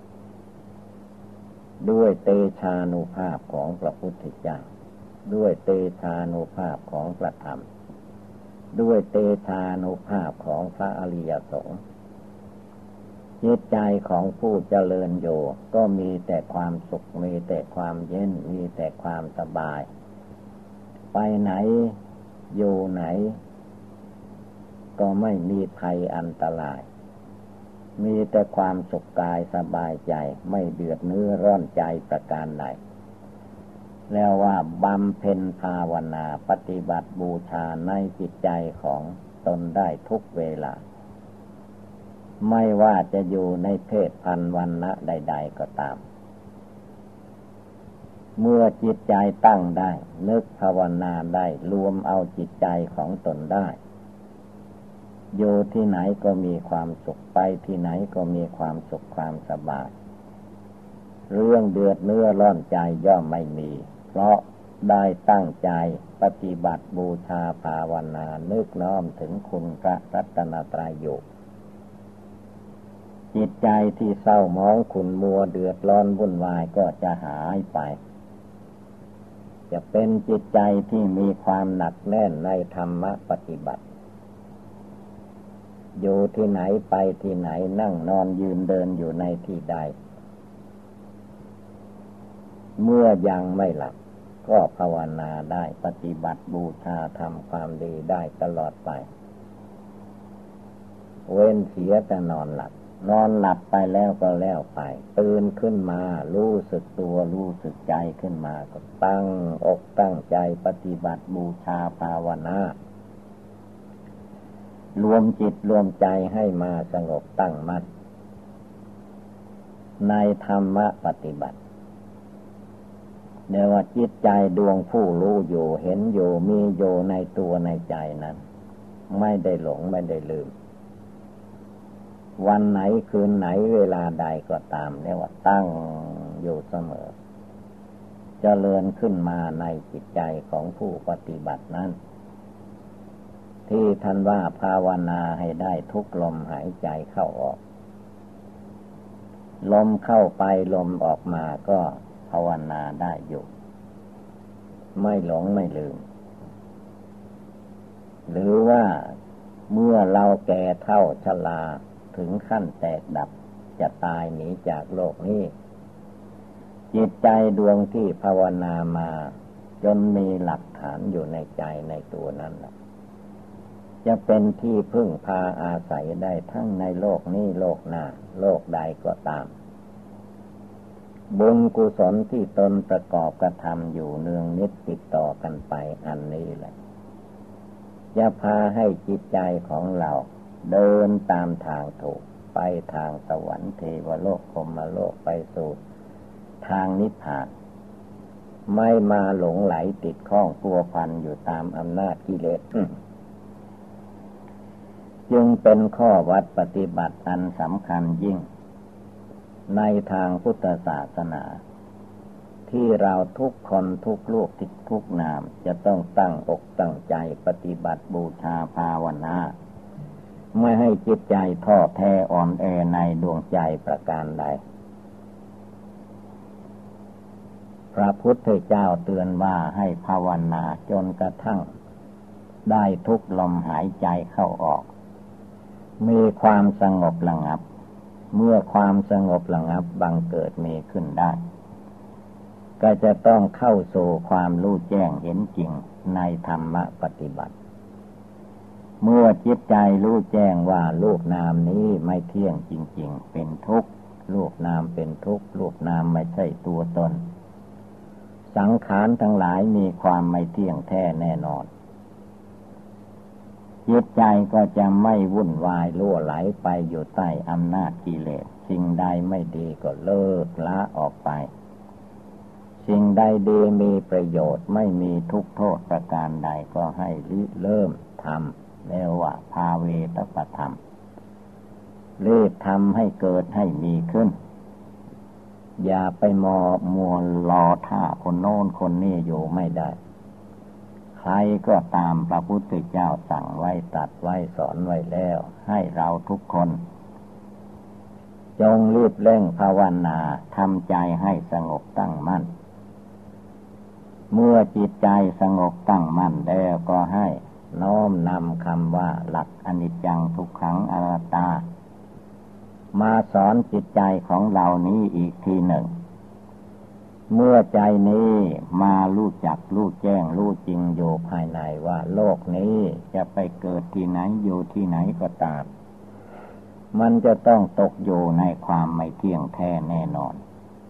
ด้วยเตชานุภาพของพระพุทธเจ้าด้วยเตชานุภาพของพระธรรมด้วยเตชานุภาพของพระอริยสงฆ์จิตใจของผู้เจริญอยู่ก็มีแต่ความสุขมีแต่ความเย็นมีแต่ความสบายไปไหนอยู่ไหนก็ไม่มีภัยอันตรายมีแต่ความสุขกายสบายใจไม่เดือดเนื้อร้อนใจประการใดแล้วว่าบำเพ็ญภาวนาปฏิบัติบูชาในจิตใจของตนได้ทุกเวลาไม่ว่าจะอยู่ในเพศพันธุ์วรรณะใดๆก็ตามเมื่อจิตใจตั้งได้นึกภาวนาได้รวมเอาจิตใจของตนได้อยู่ที่ไหนก็มีความสุขไปที่ไหนก็มีความสุขความสบายเรื่องเดือดเนื้อร้อนใจย่อมไม่มีเพราะได้ตั้งใจปฏิบัติบูชาภาวนานึกน้อมถึงคุณพระรัตนตรัยอยู่จิตใจที่เศร้าหมองขุ่นมัวเดือดร้อนวุ่นวายก็จะหายไปจะเป็นจิตใจที่มีความหนักแน่นในธรรมปฏิบัติอยู่ที่ไหนไปที่ไหนนั่งนอนยืนเดินอยู่ในที่ใดเมื่อยังไม่หลับก็ภาวนาได้ปฏิบัติบูชาทำความดีได้ตลอดไปเว้นเสียแต่นอนหลับนอนหลับไปแล้วก็แล้วไปตื่นขึ้นมารู้สึกตัวรู้สึกใจขึ้นมาก็ตั้งอกตั้งใจปฏิบัติบูชาภาวนารวมจิตรวมใจให้มาสงบตั้งมั่นในธรรมปฏิบัติเรียกว่าจิตใจดวงผู้รู้อยู่เห็นอยู่มีอยู่ในตัวในใจนั้นไม่ได้หลงไม่ได้ลืมวันไหนคืนไหนเวลาใดก็ตามเรียกว่าตั้งอยู่เสมอเจริญขึ้นมาในจิตใจของผู้ปฏิบัตินั้นที่ท่านว่าภาวนาให้ได้ทุกลมหายใจเข้าออกลมเข้าไปลมออกมาก็ภาวนาได้อยู่ไม่หลงไม่ลืมหรือว่าเมื่อเราแก่เฒ่าชราถถึงขั้นแตกดับจะตายหนีจากโลกนี้จิตใจดวงที่ภาวนามาจนมีหลักฐานอยู่ในใจในตัวนั้นแหละจะเป็นที่พึ่งพาอาศัยได้ทั้งในโลกนี้โลกหน้าโลกใดก็ตามบุญกุศลที่ตนประกอบกระทำอยู่เนืองนิดติดต่อกันไปอันนี้แหละจะพาให้จิตใจของเราเดินตามทางถูกไปทางสวรรค์เทวโลกพรหมโลกไปสู่ทางนิพพานไม่มาหลงไหลติดข้องพัวพันอยู่ตามอำนาจกิเลสจึงเป็นข้อวัดปฏิบัติอันสำคัญยิ่งในทางพุทธศาสนาที่เราทุกคนทุกลูกทุกนามจะต้องตั้งอกตั้งใจปฏิบัติบูชาภาวนาไม่ให้จิตใจท้อแท้อ่อนแอในดวงใจประการใดพระพุทธเจ้าเตือนว่าให้ภาวนาจนกระทั่งได้ทุกลมหายใจเข้าออกมีความสงบระงับเมื่อความสงบระงับบังเกิดมีขึ้นได้ก็จะต้องเข้าสู่ความรู้แจ้งเห็นจริงในธรรมปฏิบัติเมื่อจิตใจรู้แจ้งว่ารูปนามนี้ไม่เที่ยงจริงๆเป็นทุกข์รูปนามเป็นทุกข์รูปนามไม่ใช่ตัวตนสังขารทั้งหลายมีความไม่เที่ยงแท้แน่นอนจิตใจก็จะไม่วุ่นวายล่วไหลไปอยู่ใต้อำนาจกิเลสสิ่งใดไม่ดีก็เลิกละออกไปสิ่งใดดีมีประโยชน์ไม่มีทุกข์โทษประการใดก็ให้เริ่มทำเรียกว่าภาเวตปธรรมรีบทำให้เกิดให้มีขึ้นอย่าไปมัวรอท่าคนโน้นคนนี้อยู่ไม่ได้ใครก็ตามพระพุทธเจ้าสั่งไว้ตรัสไว้สอนไว้แล้วให้เราทุกคนจงรีบเร่งภาวนาทำใจให้สงบตั้งมั่นเมื่อจิตใจสงบตั้งมั่นแล้วก็ให้น้อมนำคำว่าหลักอนิจจังทุกขังอนัตตามาสอนจิตใจของเรานี้อีกทีหนึ่งเมื่อใจนี้มารู้จักรู้แจ้งรู้จริงอยู่ภายในว่าโลกนี้จะไปเกิดที่ไหนอยู่ที่ไหนก็ตามมันจะต้องตกอยู่ในความไม่เที่ยงแท้แน่นอน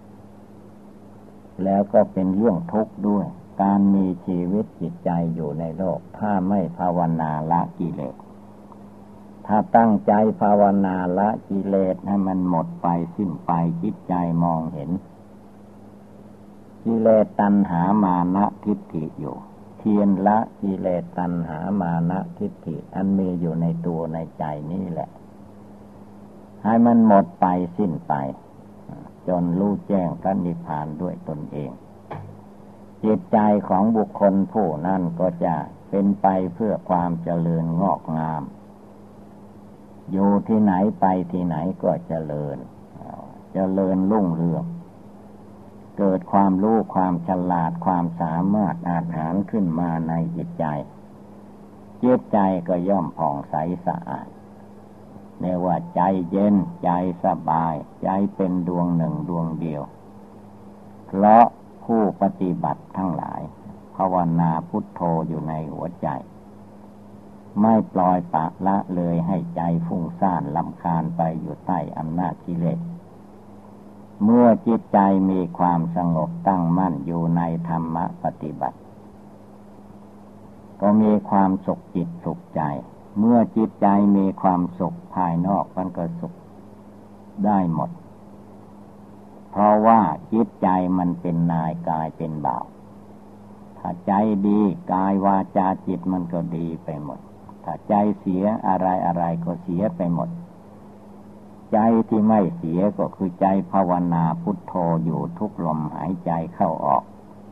แล้วก็เป็นเรื่องทุกข์ด้วยการมีชีวิตจิตใจอยู่ในโลกถ้าไม่ภาวนาละกิเลสถ้าตั้งใจภาวนาละกิเลสให้มันหมดไปสิ้นไปจิตใจมองเห็นกิเลสตัณหามานะทิฏฐิอยู่เพียรละกิเลสตัณหามานะทิฏฐิอันมีอยู่ในตัวในใจนี่แหละให้มันหมดไปสิ้นไปจนรู้แจ้งพระนิพพานด้วยตนเองจิตใจของบุคคลผู้นั้นก็จะเป็นไปเพื่อความเจริญงอกงามอยู่ที่ไหนไปที่ไหนก็เจริญรุ่งเรืองเกิดความรู้ความฉลาดความสามารถอาหารขึ้นมาในจิตใจจิตใจก็ย่อมผ่องใสสะอาดเรียกว่าใจเย็นใจสบายใจเป็นดวงหนึ่งดวงเดียวเพราะผู้ปฏิบัติทั้งหลายภาวนาพุทโธอยู่ในหัวใจไม่ปล่อยปละละเลยให้ใจฟุ้งซ่านรำคาญไปอยู่ใต้อำนาจกิเลสเมื่อจิตใจมีความสงบตั้งมั่นอยู่ในธรรมะปฏิบัติก็มีความสุขจิตสุขใจเมื่อจิตใจมีความสุขภายนอกมันก็สุขได้หมดเพราะว่าจิตใจมันเป็นนายกายเป็นบ่าวถ้าใจดีกายวาจาจิตมันก็ดีไปหมดถ้าใจเสียอะไรก็เสียไปหมดใจที่ไม่เสียก็คือใจภาวนาพุทโธอยู่ทุกลมหายใจเข้าออก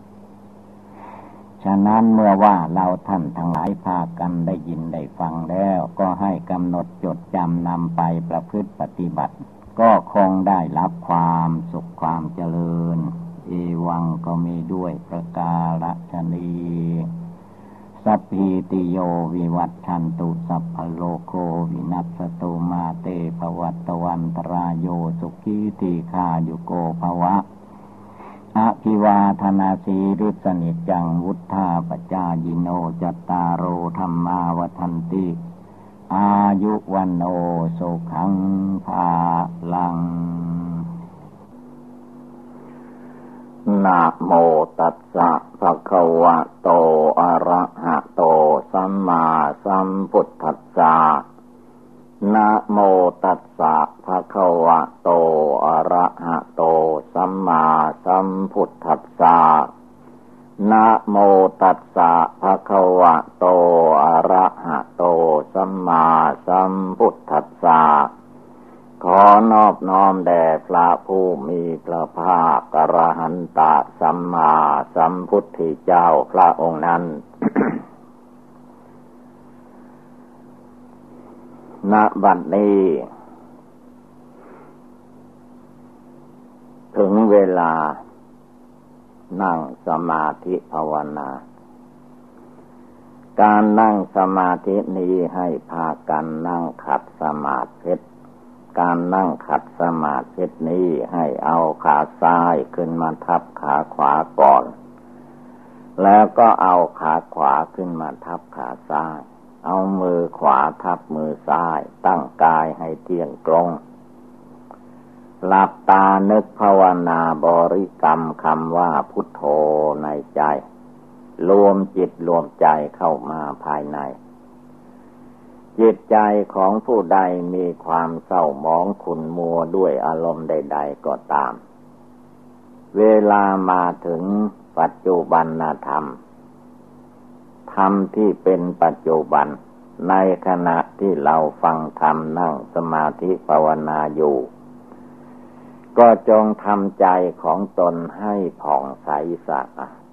ฉะนั้นเมื่อว่าเราท่านทั้งหลายพากันได้ยินได้ฟังแล้วก็ให้กำหนดจดจำนำไปประพฤติปฏิบัติก็คงได้รับความสุขความเจริญเอวังก็มีด้วยประการฉะนี้สสัพพิติโยวิวัตชันตุสัพพโลโควินัสตุมาเตภวัตวันตรายโยสุขีติฆายุโกภวะอภิวาทนาสีริสนิจังวุธาปจายิโนจัตตารโอธรรมาวทันติอายุวันโอสุขังภาลังนะโมตัสสะภะคะวะโตอะระหะโตสัมมาสัมพุทธัสสะนะโมตัสสะภะคะวะโตอะระหะโตสัมมาสัมพุทธัสสะนะโมตัสสะภะคะวะโตอะระหะโตสัมมาสัมพุทธัสสะขอนอบน้อมแด่พระผู้มีพระภาคอรหันตสัมมาสัมพุทธเจ้าพระองค์นั้น ณ บัดนี้ถึงเวลานั่งสมาธิภาวนาการนั่งสมาธินี้ให้พากันนั่งขัดสมาธิการนั่งขัดสมาธินี้ให้เอาขาซ้ายขึ้นมาทับขาขวาก่อนแล้วก็เอาขาขวาขึ้นมาทับขาซ้ายเอามือขวาทับมือซ้ายตั้งกายให้เที่ยงตรงหลับตานึกภาวนาบริกรรมคำว่าพุทโธในใจรวมจิตรวมใจเข้ามาภายในจิตใจของผู้ใดมีความเศร้าหมองขุ่นมัวด้วยอารมณ์ใดๆก็ตามเวลามาถึงปัจจุบันธรรมธรรมที่เป็นปัจจุบันในขณะที่เราฟังธรรมนั่งสมาธิภาวนาอยู่ก็จงทำใจของตนให้ผ่องใสสะอาด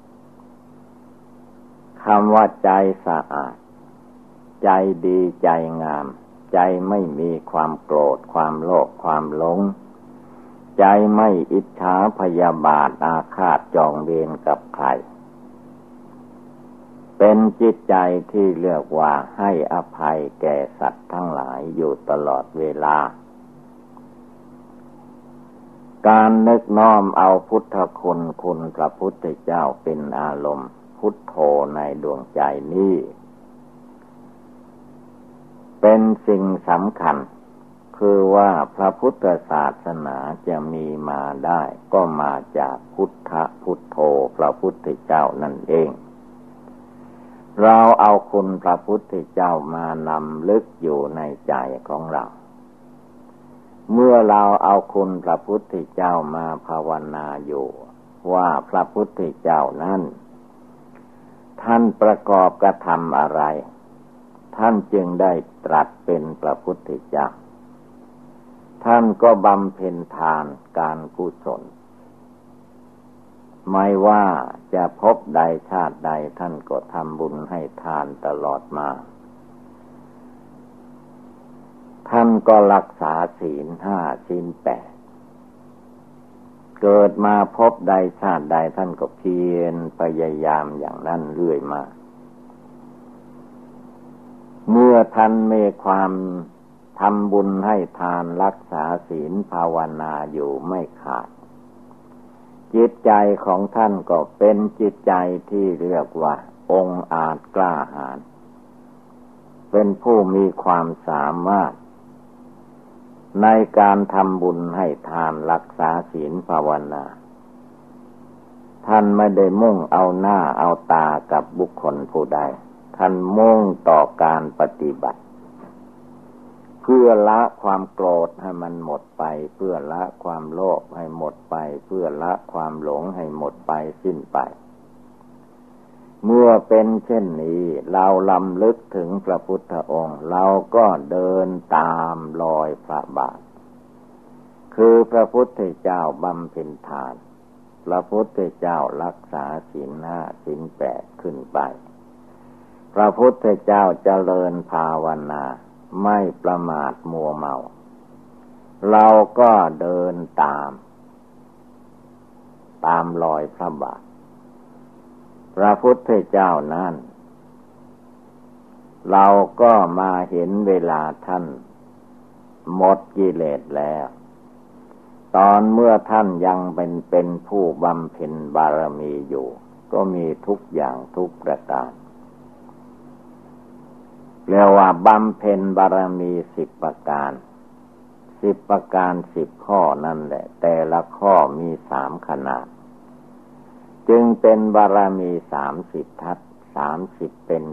คำว่าใจสะอาดใจดีใจงามใจไม่มีความโกรธความโลภความหลงใจไม่อิจฉาพยาบาทอาฆาตจองเวรกับใครเป็นจิตใจที่เรียกว่าให้อภัยแก่สัตว์ทั้งหลายอยู่ตลอดเวลาการนึกน้อมเอาพุทธคุณคุณพระพุทธเจ้าเป็นอารมณ์พุทโธในดวงใจนี้เป็นสิ่งสำคัญคือว่าพระพุทธศาสนาจะมีมาได้ก็มาจากพุทธพุทโธพระพุทธเจ้านั่นเองเราเอาคุณพระพุทธเจ้ามานำลึกอยู่ในใจของเราเมื่อเราเอาคุณพระพุทธเจ้ามาภาวนาอยู่ว่าพระพุทธเจ้านั้นท่านประกอบกระทำอะไรท่านจึงได้ตรัสเป็นพระพุทธเจ้าท่านก็บำเพ็ญทานการกุศลไม่ว่าจะพบใดชาติใดท่านก็ทำบุญให้ทานตลอดมาท่านก็รักษาศีล5ศีล8เกิดมาพบใดชาติใดท่านก็เพียรพยายามอย่างนั้นเรื่อยมาเมื่อท่านมีความทำบุญให้ทานรักษาศีลภาวนาอยู่ไม่ขาดจิตใจของท่านก็เป็นจิตใจที่เรียกว่าองอาจกล้าหาญเป็นผู้มีความสามารถในการทำบุญให้ทานรักษาศีลภาวนาท่านไม่ได้มุ่งเอาหน้าเอาตากับบุคคลผู้ใดท่านมุ่งต่อการปฏิบัติเพื่อละความโกรธให้มันหมดไปเพื่อละความโลภให้หมดไปเพื่อละความหลงให้หมดไปสิ้นไปเมื่อเป็นเช่นนี้เราลำลึกถึงพระพุทธองค์เราก็เดินตามรอยพระบาทคือพระพุทธเจ้าบำเพ็ญทานพระพุทธเจ้ารักษาศีล5ศีล8ขึ้นไปพระพุทธเจ้าเจริญภาวนาไม่ประมาทมัวเมาเราก็เดินตามรอยพระบาทพระพุทธเจ้านั้นเราก็มาเห็นเวลาท่านหมดกิเลสแล้วตอนเมื่อท่านยังเป็นผู้บำเพ็ญบารมีอยู่ก็มีทุกอย่างทุกประการเรียกว่าบำเพ็ญบารมี10 ประการ10 ประการ10 ข้อนั่นแหละแต่ละข้อมี3 ขนาดจึงเป็นบารมี30 ทัศน์30เป็น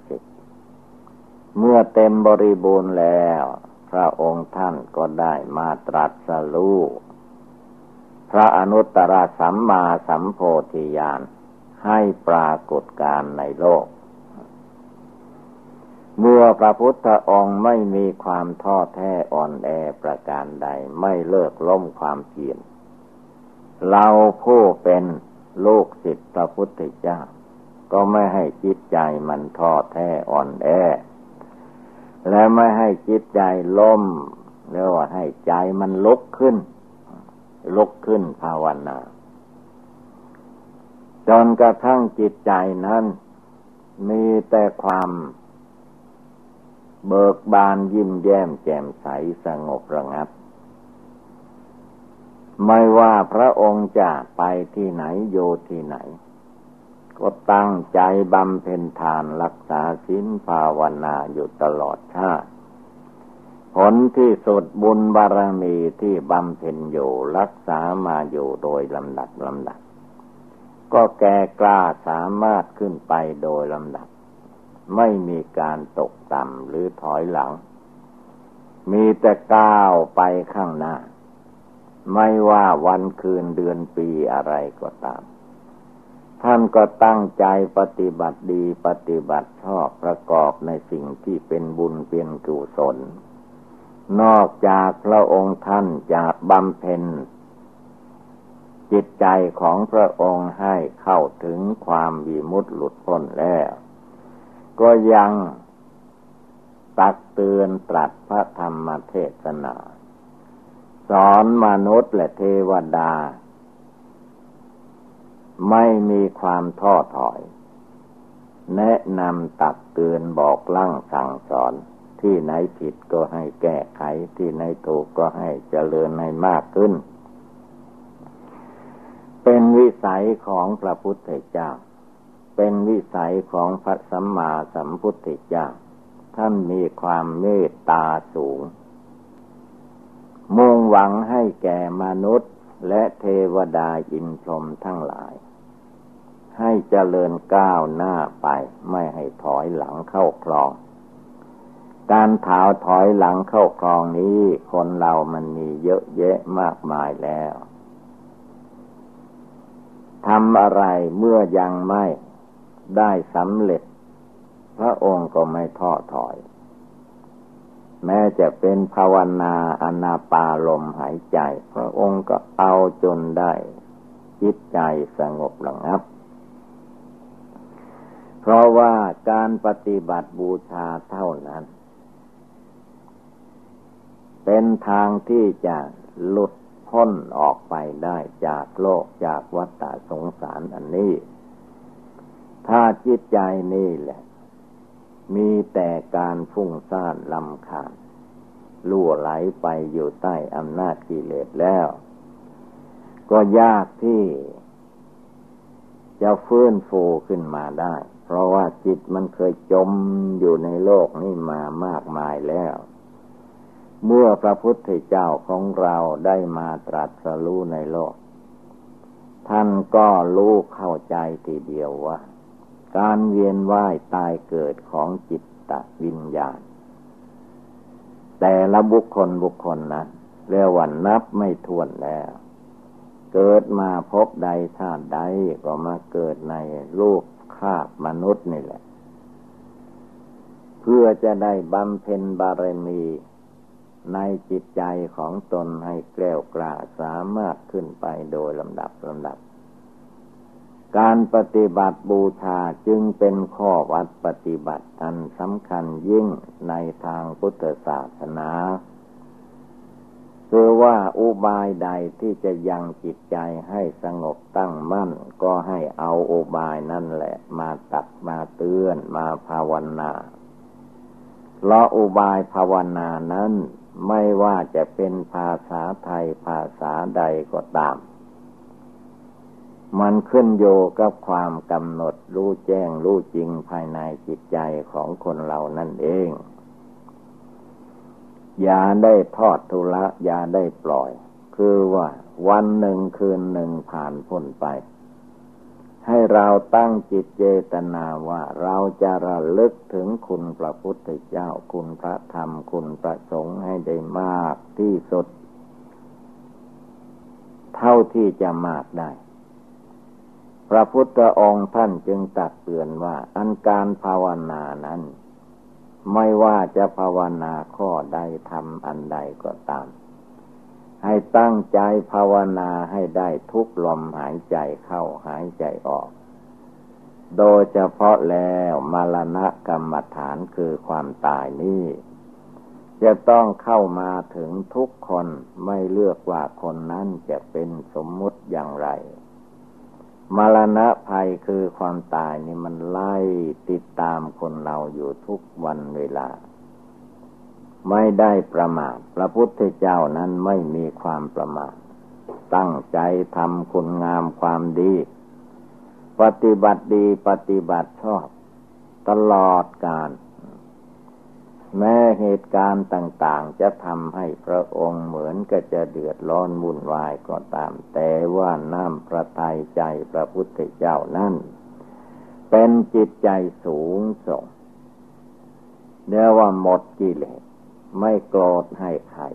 30เมื่อเต็มบริบูรณ์แล้วพระองค์ท่านก็ได้มาตรัสรู้พระอนุตตรสัมมาสัมโพธิญาณให้ปรากฏการในโลกเมื่อพระพุทธองค์ไม่มีความท้อแท้อ่อนแอประการใดไม่เลิกล้มความเพียรเราผู้เป็นลูกศิษย์พระพุทธเจ้าก็ไม่ให้จิตใจมันท้อแท้อ่อนแอและไม่ให้จิตใจล้มเรียกว่าให้ใจมันลุกขึ้นภาวนาจนกระทั่งจิตใจนั้นมีแต่ความเบิกบานยิ้มแย้มแจ่มใสสงบระงับไม่ว่าพระองค์จะไปที่ไหนอยู่ที่ไหนก็ตั้งใจบำเพ็ญทานรักษาศีลภาวนาอยู่ตลอดชาติผลที่สุดบุญบารมีที่บำเพ็ญอยู่รักษามาอยู่โดยลำดับก็แก่กล้าสามารถขึ้นไปโดยลำดับไม่มีการตกต่ำหรือถอยหลังมีแต่ก้าวไปข้างหน้าไม่ว่าวันคืนเดือนปีอะไรก็ตามท่านก็ตั้งใจปฏิบัติดีปฏิบัติชอบประกอบในสิ่งที่เป็นบุญเป็นกุศลนอกจากพระองค์ท่านจะบำเพ็ญจิตใจของพระองค์ให้เข้าถึงความวิมุตติหลุดพ้นแล้วก็ยังตักเตือนตรัสพระธรรมเทศนาสอนมนุษย์และเทวดาไม่มีความท้อถอยแนะนำตักเตือนบอกลั่งสั่งสอนที่ไหนผิดก็ให้แก้ไขที่ไหนถูกก็ให้เจริญให้มากขึ้นเป็นวิสัยของพระพุทธเจ้าเป็นวิสัยของพระสัมมาสัมพุทธเจ้าท่านมีความเมตตาสูงมุ่งหวังให้แก่มนุษย์และเทวดาอินทร์พรหมทั้งหลายให้เจริญก้าวหน้าไปไม่ให้ถอยหลังเข้าคลองการถอยหลังเข้าคลองนี้คนเรามันมีเยอะแยะมากมายแล้วทำอะไรเมื่อยังไม่ได้สำเร็จพระองค์ก็ไม่ท้อถอยแม้จะเป็นภาวนาอานาปานลมหายใจพระองค์ก็เอาจนได้จิตใจสงบระงับเพราะว่าการปฏิบัติบูชาเท่านั้นเป็นทางที่จะหลุดพ้นออกไปได้จากโลกจากวัฏสงสารอันนี้ถ้าจิตใจนี่แหละมีแต่การฟุ้งซ่านรำคาญรั่วไหลไปอยู่ใต้อำนาจกิเลสแล้วก็ยากที่จะฟื้นฟูขึ้นมาได้เพราะว่าจิตมันเคยจมอยู่ในโลกนี้มามากมายแล้วเมื่อพระพุทธเจ้าของเราได้มาตรัสรู้ในโลกท่านก็รู้เข้าใจทีเดียวว่าการเวียนว่ายตายเกิดของจิตตวิญญาณแต่ละบุคคลนั้นเรียกว่านับไม่ถ้วนแล้วเกิดมาพบใดชาติใดก็มาเกิดในรูปคาบมนุษย์นี่แหละเพื่อจะได้บำเพ็ญบารมีในจิตใจของตนให้แกล้วกล้าสามารถขึ้นไปโดยลำดับการปฏิบัติบูชาจึงเป็นข้อวัดปฏิบัติอันสำคัญยิ่งในทางพุทธศาสนาคือว่าอุบายใดที่จะยังจิตใจให้สงบตั้งมั่นก็ให้เอาอุบายนั่นแหละมาตักมาเตือนมาภาวนาเพราะอุบายภาวนานั้นไม่ว่าจะเป็นภาษาไทยภาษาใดก็ตามมันขึ้นโยกับความกำหนดรู้แจ้งรู้จริงภายในจิตใจของคนเรานั่นเองอย่าได้ทอดทุละอย่าได้ปล่อยคือว่าวันหนึ่งคืนหนึ่งผ่านพ้นไปให้เราตั้งจิตเจตนาว่าเราจะระลึกถึงคุณพระพุทธเจ้าคุณพระธรรมคุณพระสงฆ์ให้ได้มากที่สุดเท่าที่จะมากได้พระพุทธองค์ท่านจึงตรัสเตือนว่าอันการภาวนานั้นไม่ว่าจะภาวนาข้อใดทำอันใดก็ตามให้ตั้งใจภาวนาให้ได้ทุกลมหายใจเข้าหายใจออกโดยเฉพาะแล้วมรณะกรรมฐานคือความตายนี้จะต้องเข้ามาถึงทุกคนไม่เลือกว่าคนนั้นจะเป็นสมมุติอย่างไรมรณะภัยคือความตายนี่มันไล่ติดตามคนเราอยู่ทุกวันเวลาไม่ได้ประมาทพระพุทธเจ้านั้นไม่มีความประมาทตั้งใจทำคุณงามความดีปฏิบัติดีปฏิบัติชอบตลอดกาลแม้เหตุการณ์ต่างๆจะทำให้พระองค์เหมือนก็จะเดือดร้อนวุ่นวายก็ตามแต่ว่าน้ำพระทัยใจพระพุทธเจ้านั้นเป็นจิตใจสูงส่งเรียกว่าหมดกิเลสไม่โกรธให้ใคร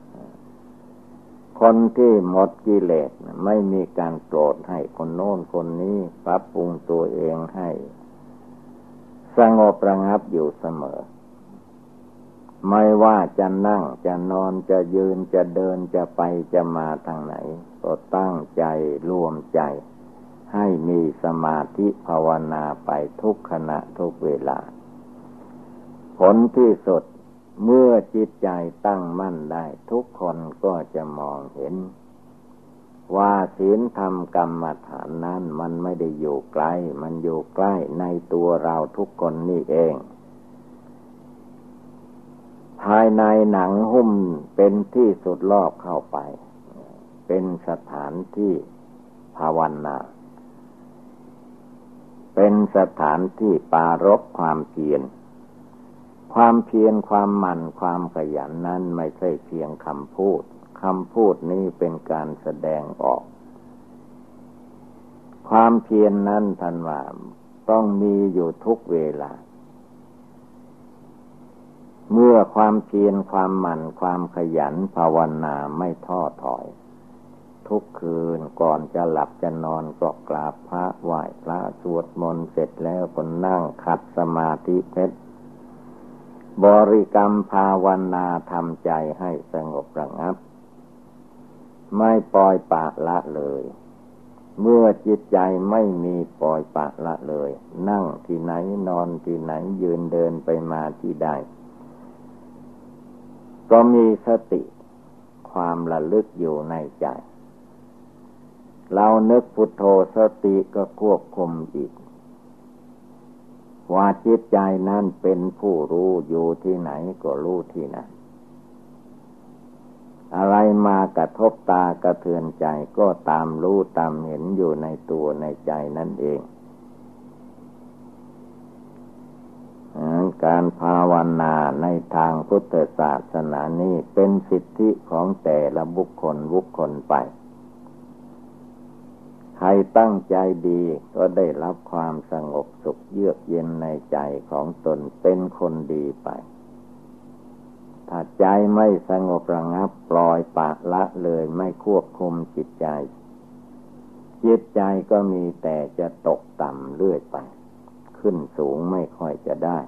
คนที่หมดกิเลสไม่มีการโกรธให้คนโน้นคนนี้ปรับปรุงตัวเองให้สงบระงับอยู่เสมอไม่ว่าจะนั่งจะนอนจะยืนจะเดินจะไปจะมาทางไหนก็ตั้งใจรวมใจให้มีสมาธิภาวนาไปทุกขณะทุกเวลาผลที่สุดเมื่อจิตใจตั้งมั่นได้ทุกคนก็จะมองเห็นว่าศีลธรรมกรรมฐานนั้นมันไม่ได้อยู่ไกลมันอยู่ใกล้ในตัวเราทุกคนนี่เองภายในหนังหุ้มเป็นที่สุดรอบเข้าไปเป็นสถานที่ภาวนาเป็นสถานที่ปรารภความเพียรความเพียรความหมั่นความขยันนั้นไม่ใช่เพียงคำพูดคำพูดนี้เป็นการแสดงออกความเพียรนั้นท่านว่าต้องมีอยู่ทุกเวลาเมื่อความเพียรความหมั่นความขยันภาวนาไม่ท้อถอยทุกคืนก่อนจะหลับจะนอนก็กราบพระไหว้พระสวดมนต์เสร็จแล้วก็นั่งขัดสมาธิเพชรบริกรรมภาวนาทำใจให้สงบระงับไม่ปล่อยปละละเลยเมื่อจิตใจไม่มีปล่อยปละละเลยนั่งที่ไหนนอนที่ไหนยืนเดินไปมาที่ใดก็มีสติความระลึกอยู่ในใจเรานึกพุทโธสติก็ควบคุมจิตว่าจิตใจนั้นเป็นผู้รู้อยู่ที่ไหนก็รู้ที่นั้นอะไรมากระทบตากระเทือนใจก็ตามรู้ตามเห็นอยู่ในตัวในใจนั่นเองการภาวนาในทางพุทธศาสนานี้เป็นสิทธิของแต่ละบุคคลไปใครตั้งใจดีก็ได้รับความสงบสุขเยือกเย็นในใจของตนเป็นคนดีไปถ้าใจไม่สงบระงับปล่อยปละละเลยไม่ควบคุมจิตใจก็มีแต่จะตกต่ำเรื่อยไปขึ้นสูงไม่ค่อยจะได้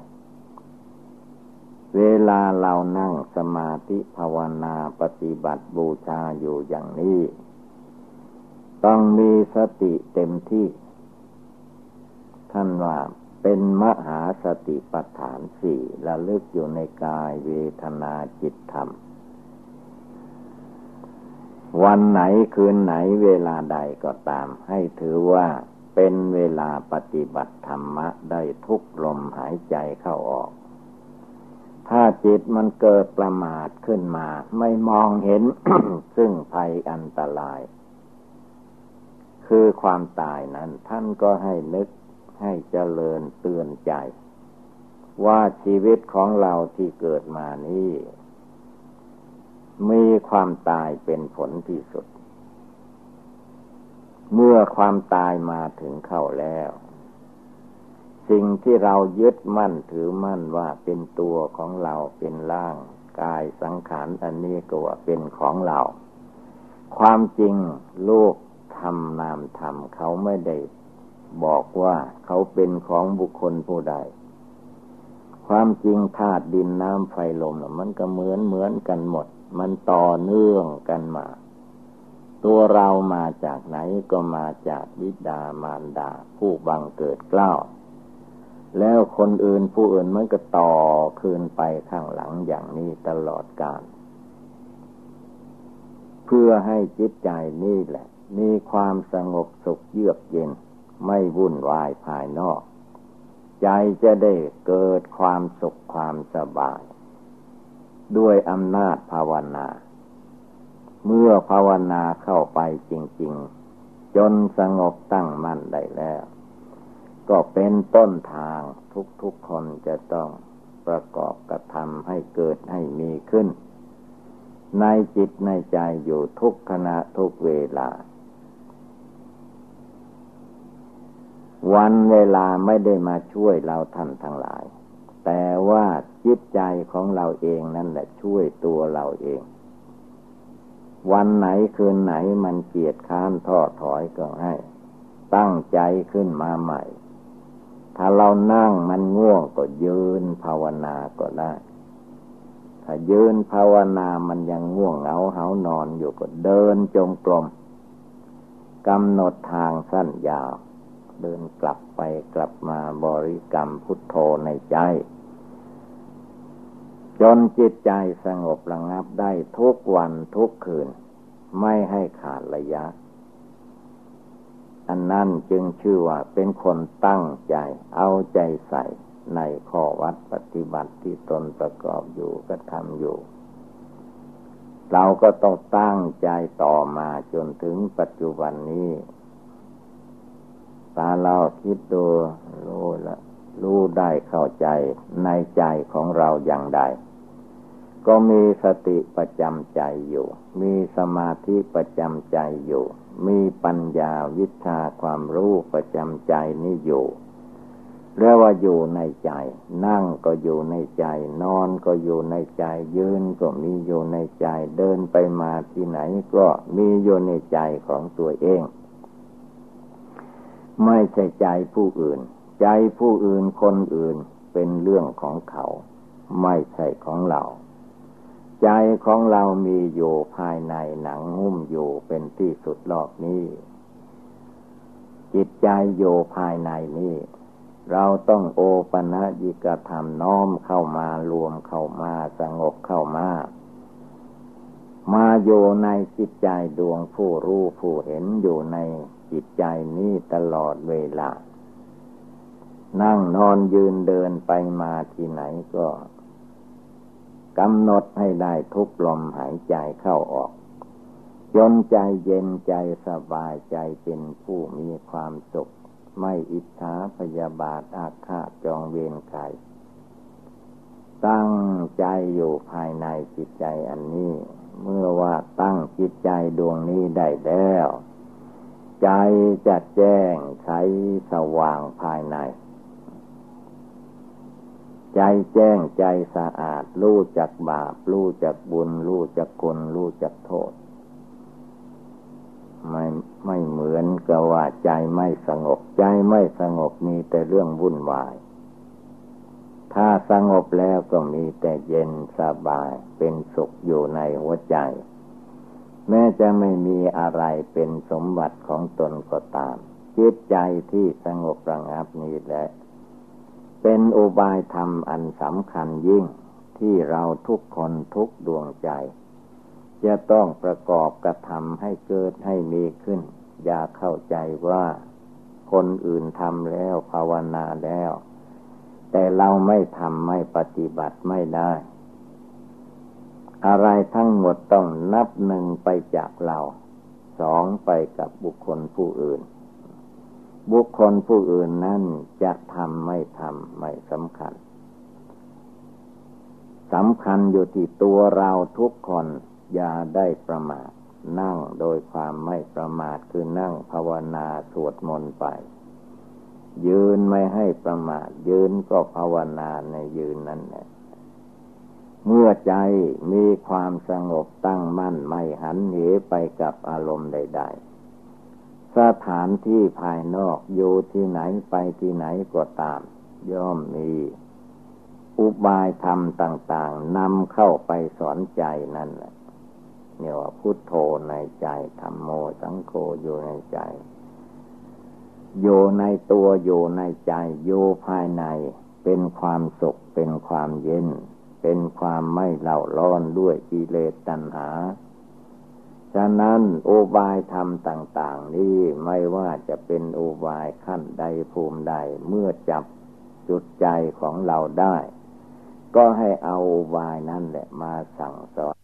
เวลาเรานั่งสมาธิภาวนาปฏิบัติบูชาอยู่อย่างนี้ต้องมีสติเต็มที่ท่านว่าเป็นมหาสติปัฏฐานสี่ระลึกอยู่ในกายเวทนาจิตธรรมวันไหนคืนไหนเวลาใดก็ตามให้ถือว่าเป็นเวลาปฏิบัติธรรมะได้ทุกลมหายใจเข้าออกถ้าจิตมันเกิดประมาทขึ้นมาไม่มองเห็น ซึ่งภัยอันตรายคือความตายนั้นท่านก็ให้นึกให้เจริญเตือนใจว่าชีวิตของเราที่เกิดมานี้มีความตายเป็นผลที่สุดเมื่อความตายมาถึงเข้าแล้วสิ่งที่เรายึดมั่นถือมั่นว่าเป็นตัวของเราเป็นร่างกายสังขารอันนี้ก็ว่าเป็นของเราความจริงโลกธรรมนามธรรมเขาไม่ได้บอกว่าเขาเป็นของบุคคลผู้ใดความจริงธาตุดินน้ำไฟลมมันก็เหมือนกันหมดมันต่อเนื่องกันมาตัวเรามาจากไหนก็มาจากบิดามารดาผู้บังเกิดเกล้าแล้วคนอื่นผู้อื่นมันก็ต่อคืนไปข้างหลังอย่างนี้ตลอดกาลเพื่อให้จิตใจนี่แหละมีความสงบสุขเยือกเย็นไม่วุ่นวายภายนอกใจจะได้เกิดความสุขความสบายด้วยอำนาจภาวนาเมื่อภาวนาเข้าไปจริงๆจนสงบตั้งมั่นได้แล้วก็เป็นต้นทางทุกคนจะต้องประกอบกระทำให้เกิดให้มีขึ้นในจิตในใจอยู่ทุกขณะทุกเวลาวันเวลาไม่ได้มาช่วยเราท่านทั้งหลายแต่ว่าจิตใจของเราเองนั่นแหละช่วยตัวเราเองวันไหนคืนไหนมันเกียจค้านท้อถอยก็ให้ตั้งใจขึ้นมาใหม่ถ้าเรานั่งมันง่วงก็ยืนภาวนาก็ได้ถ้ายืนภาวนามันยังง่วงเหงาหานอนอยู่ก็เดินจงกรมกำหนดทางสั้นยาวเดินกลับไปกลับมาบริกรรมพุทโธในใจจนจิตใจสงบระงับได้ทุกวันทุกคืนไม่ให้ขาดระยะอันนั้นจึงชื่อว่าเป็นคนตั้งใจเอาใจใส่ในข้อวัดปฏิบัติที่ตนประกอบอยู่กระทำอยู่เราก็ต้องตั้งใจต่อมาจนถึงปัจจุบันนี้ถ้าเราคิดดูรู้ได้เข้าใจในใจของเราอย่างใดก็มีสติประจำใจอยู่มีสมาธิประจำใจอยู่มีปัญญาวิชาความรู้ประจำใจนี่อยู่เรียกว่าอยู่ในใจนั่งก็อยู่ในใจนอนก็อยู่ในใจยืนก็มีอยู่ในใจเดินไปมาที่ไหนก็มีอยู่ในใจของตัวเองไม่ใช่ใจผู้อื่นใจผู้อื่นคนอื่นเป็นเรื่องของเขาไม่ใช่ของเราใจของเรามีอยู่ภายในหนังหุ้มอยู่เป็นที่สุดรอบนี้จิตใจอยู่ภายในนี้เราต้องโอปนญิกธรรมน้อมเข้ามารวมเข้ามาสงบเข้ามาอยู่ในจิตใจดวงผู้รู้ผู้เห็นอยู่ในจิตใจนี้ตลอดเวลานั่งนอนยืนเดินไปมาที่ไหนก็กำหนดให้ได้ทุกลมหายใจเข้าออกจนใจเย็นใจสบายใจเป็นผู้มีความสุขไม่อิจฉาพยาบาทอาฆาตจองเวรใครตั้งใจอยู่ภายในจิตใจอันนี้เมื่อว่าตั้งจิตใจดวงนี้ได้แล้วใจจะแจ้งใสสว่างภายในใจแจ้งใจสะอาดรู้จักบาปรู้จักบุญรู้จักคุณรู้จักโทษไม่เหมือนกับว่าใจไม่สงบใจไม่สงบมีแต่เรื่องวุ่นวายถ้าสงบแล้วก็มีแต่เย็นสบายเป็นสุขอยู่ในหัวใจแม้จะไม่มีอะไรเป็นสมบัติของตนก็ตามจิตใจที่สงบระงับนี้แหละเป็นอุบายธรรมอันสำคัญยิ่งที่เราทุกคนทุกดวงใจจะต้องประกอบกระทำให้เกิดให้มีขึ้นอย่าเข้าใจว่าคนอื่นทำแล้วภาวนาแล้วแต่เราไม่ทำไม่ปฏิบัติไม่ได้อะไรทั้งหมดต้องนับหนึ่งไปจากเราสองไปกับบุคคลผู้อื่นบุคคลผู้อื่นนั้นจะทำไม่ทำไม่สำคัญสำคัญอยู่ที่ตัวเราทุกคนอย่าได้ประมาทนั่งโดยความไม่ประมาทคือนั่งภาวนาสวดมนต์ไปยืนไม่ให้ประมาทยืนก็ภาวนาในยืนนั่นแหละเมื่อใจมีความสงบตั้งมั่นไม่หันเหไปกับอารมณ์ใดๆสถานที่ภายนอกอยู่ที่ไหนไปที่ไหนก็ตามย่อมมีอุบายธรรมต่างๆนำเข้าไปสอนใจนั่นแหละเนี่ยว่าพุทโธในใจธัมโมสังโฆอยู่ในใจอยู่ในตัวอยู่ในใจอยู่ภายในเป็นความสุขเป็นความเย็นเป็นความไม่เล่าร้อนด้วยกิเลสตัณหาฉะนั้นอุบายธรรมต่างๆนี้ไม่ว่าจะเป็นอุบายขั้นใดภูมิใดเมื่อจับจุดใจของเราได้ก็ให้เอาอุบายนั่นแหละมาสั่งสอน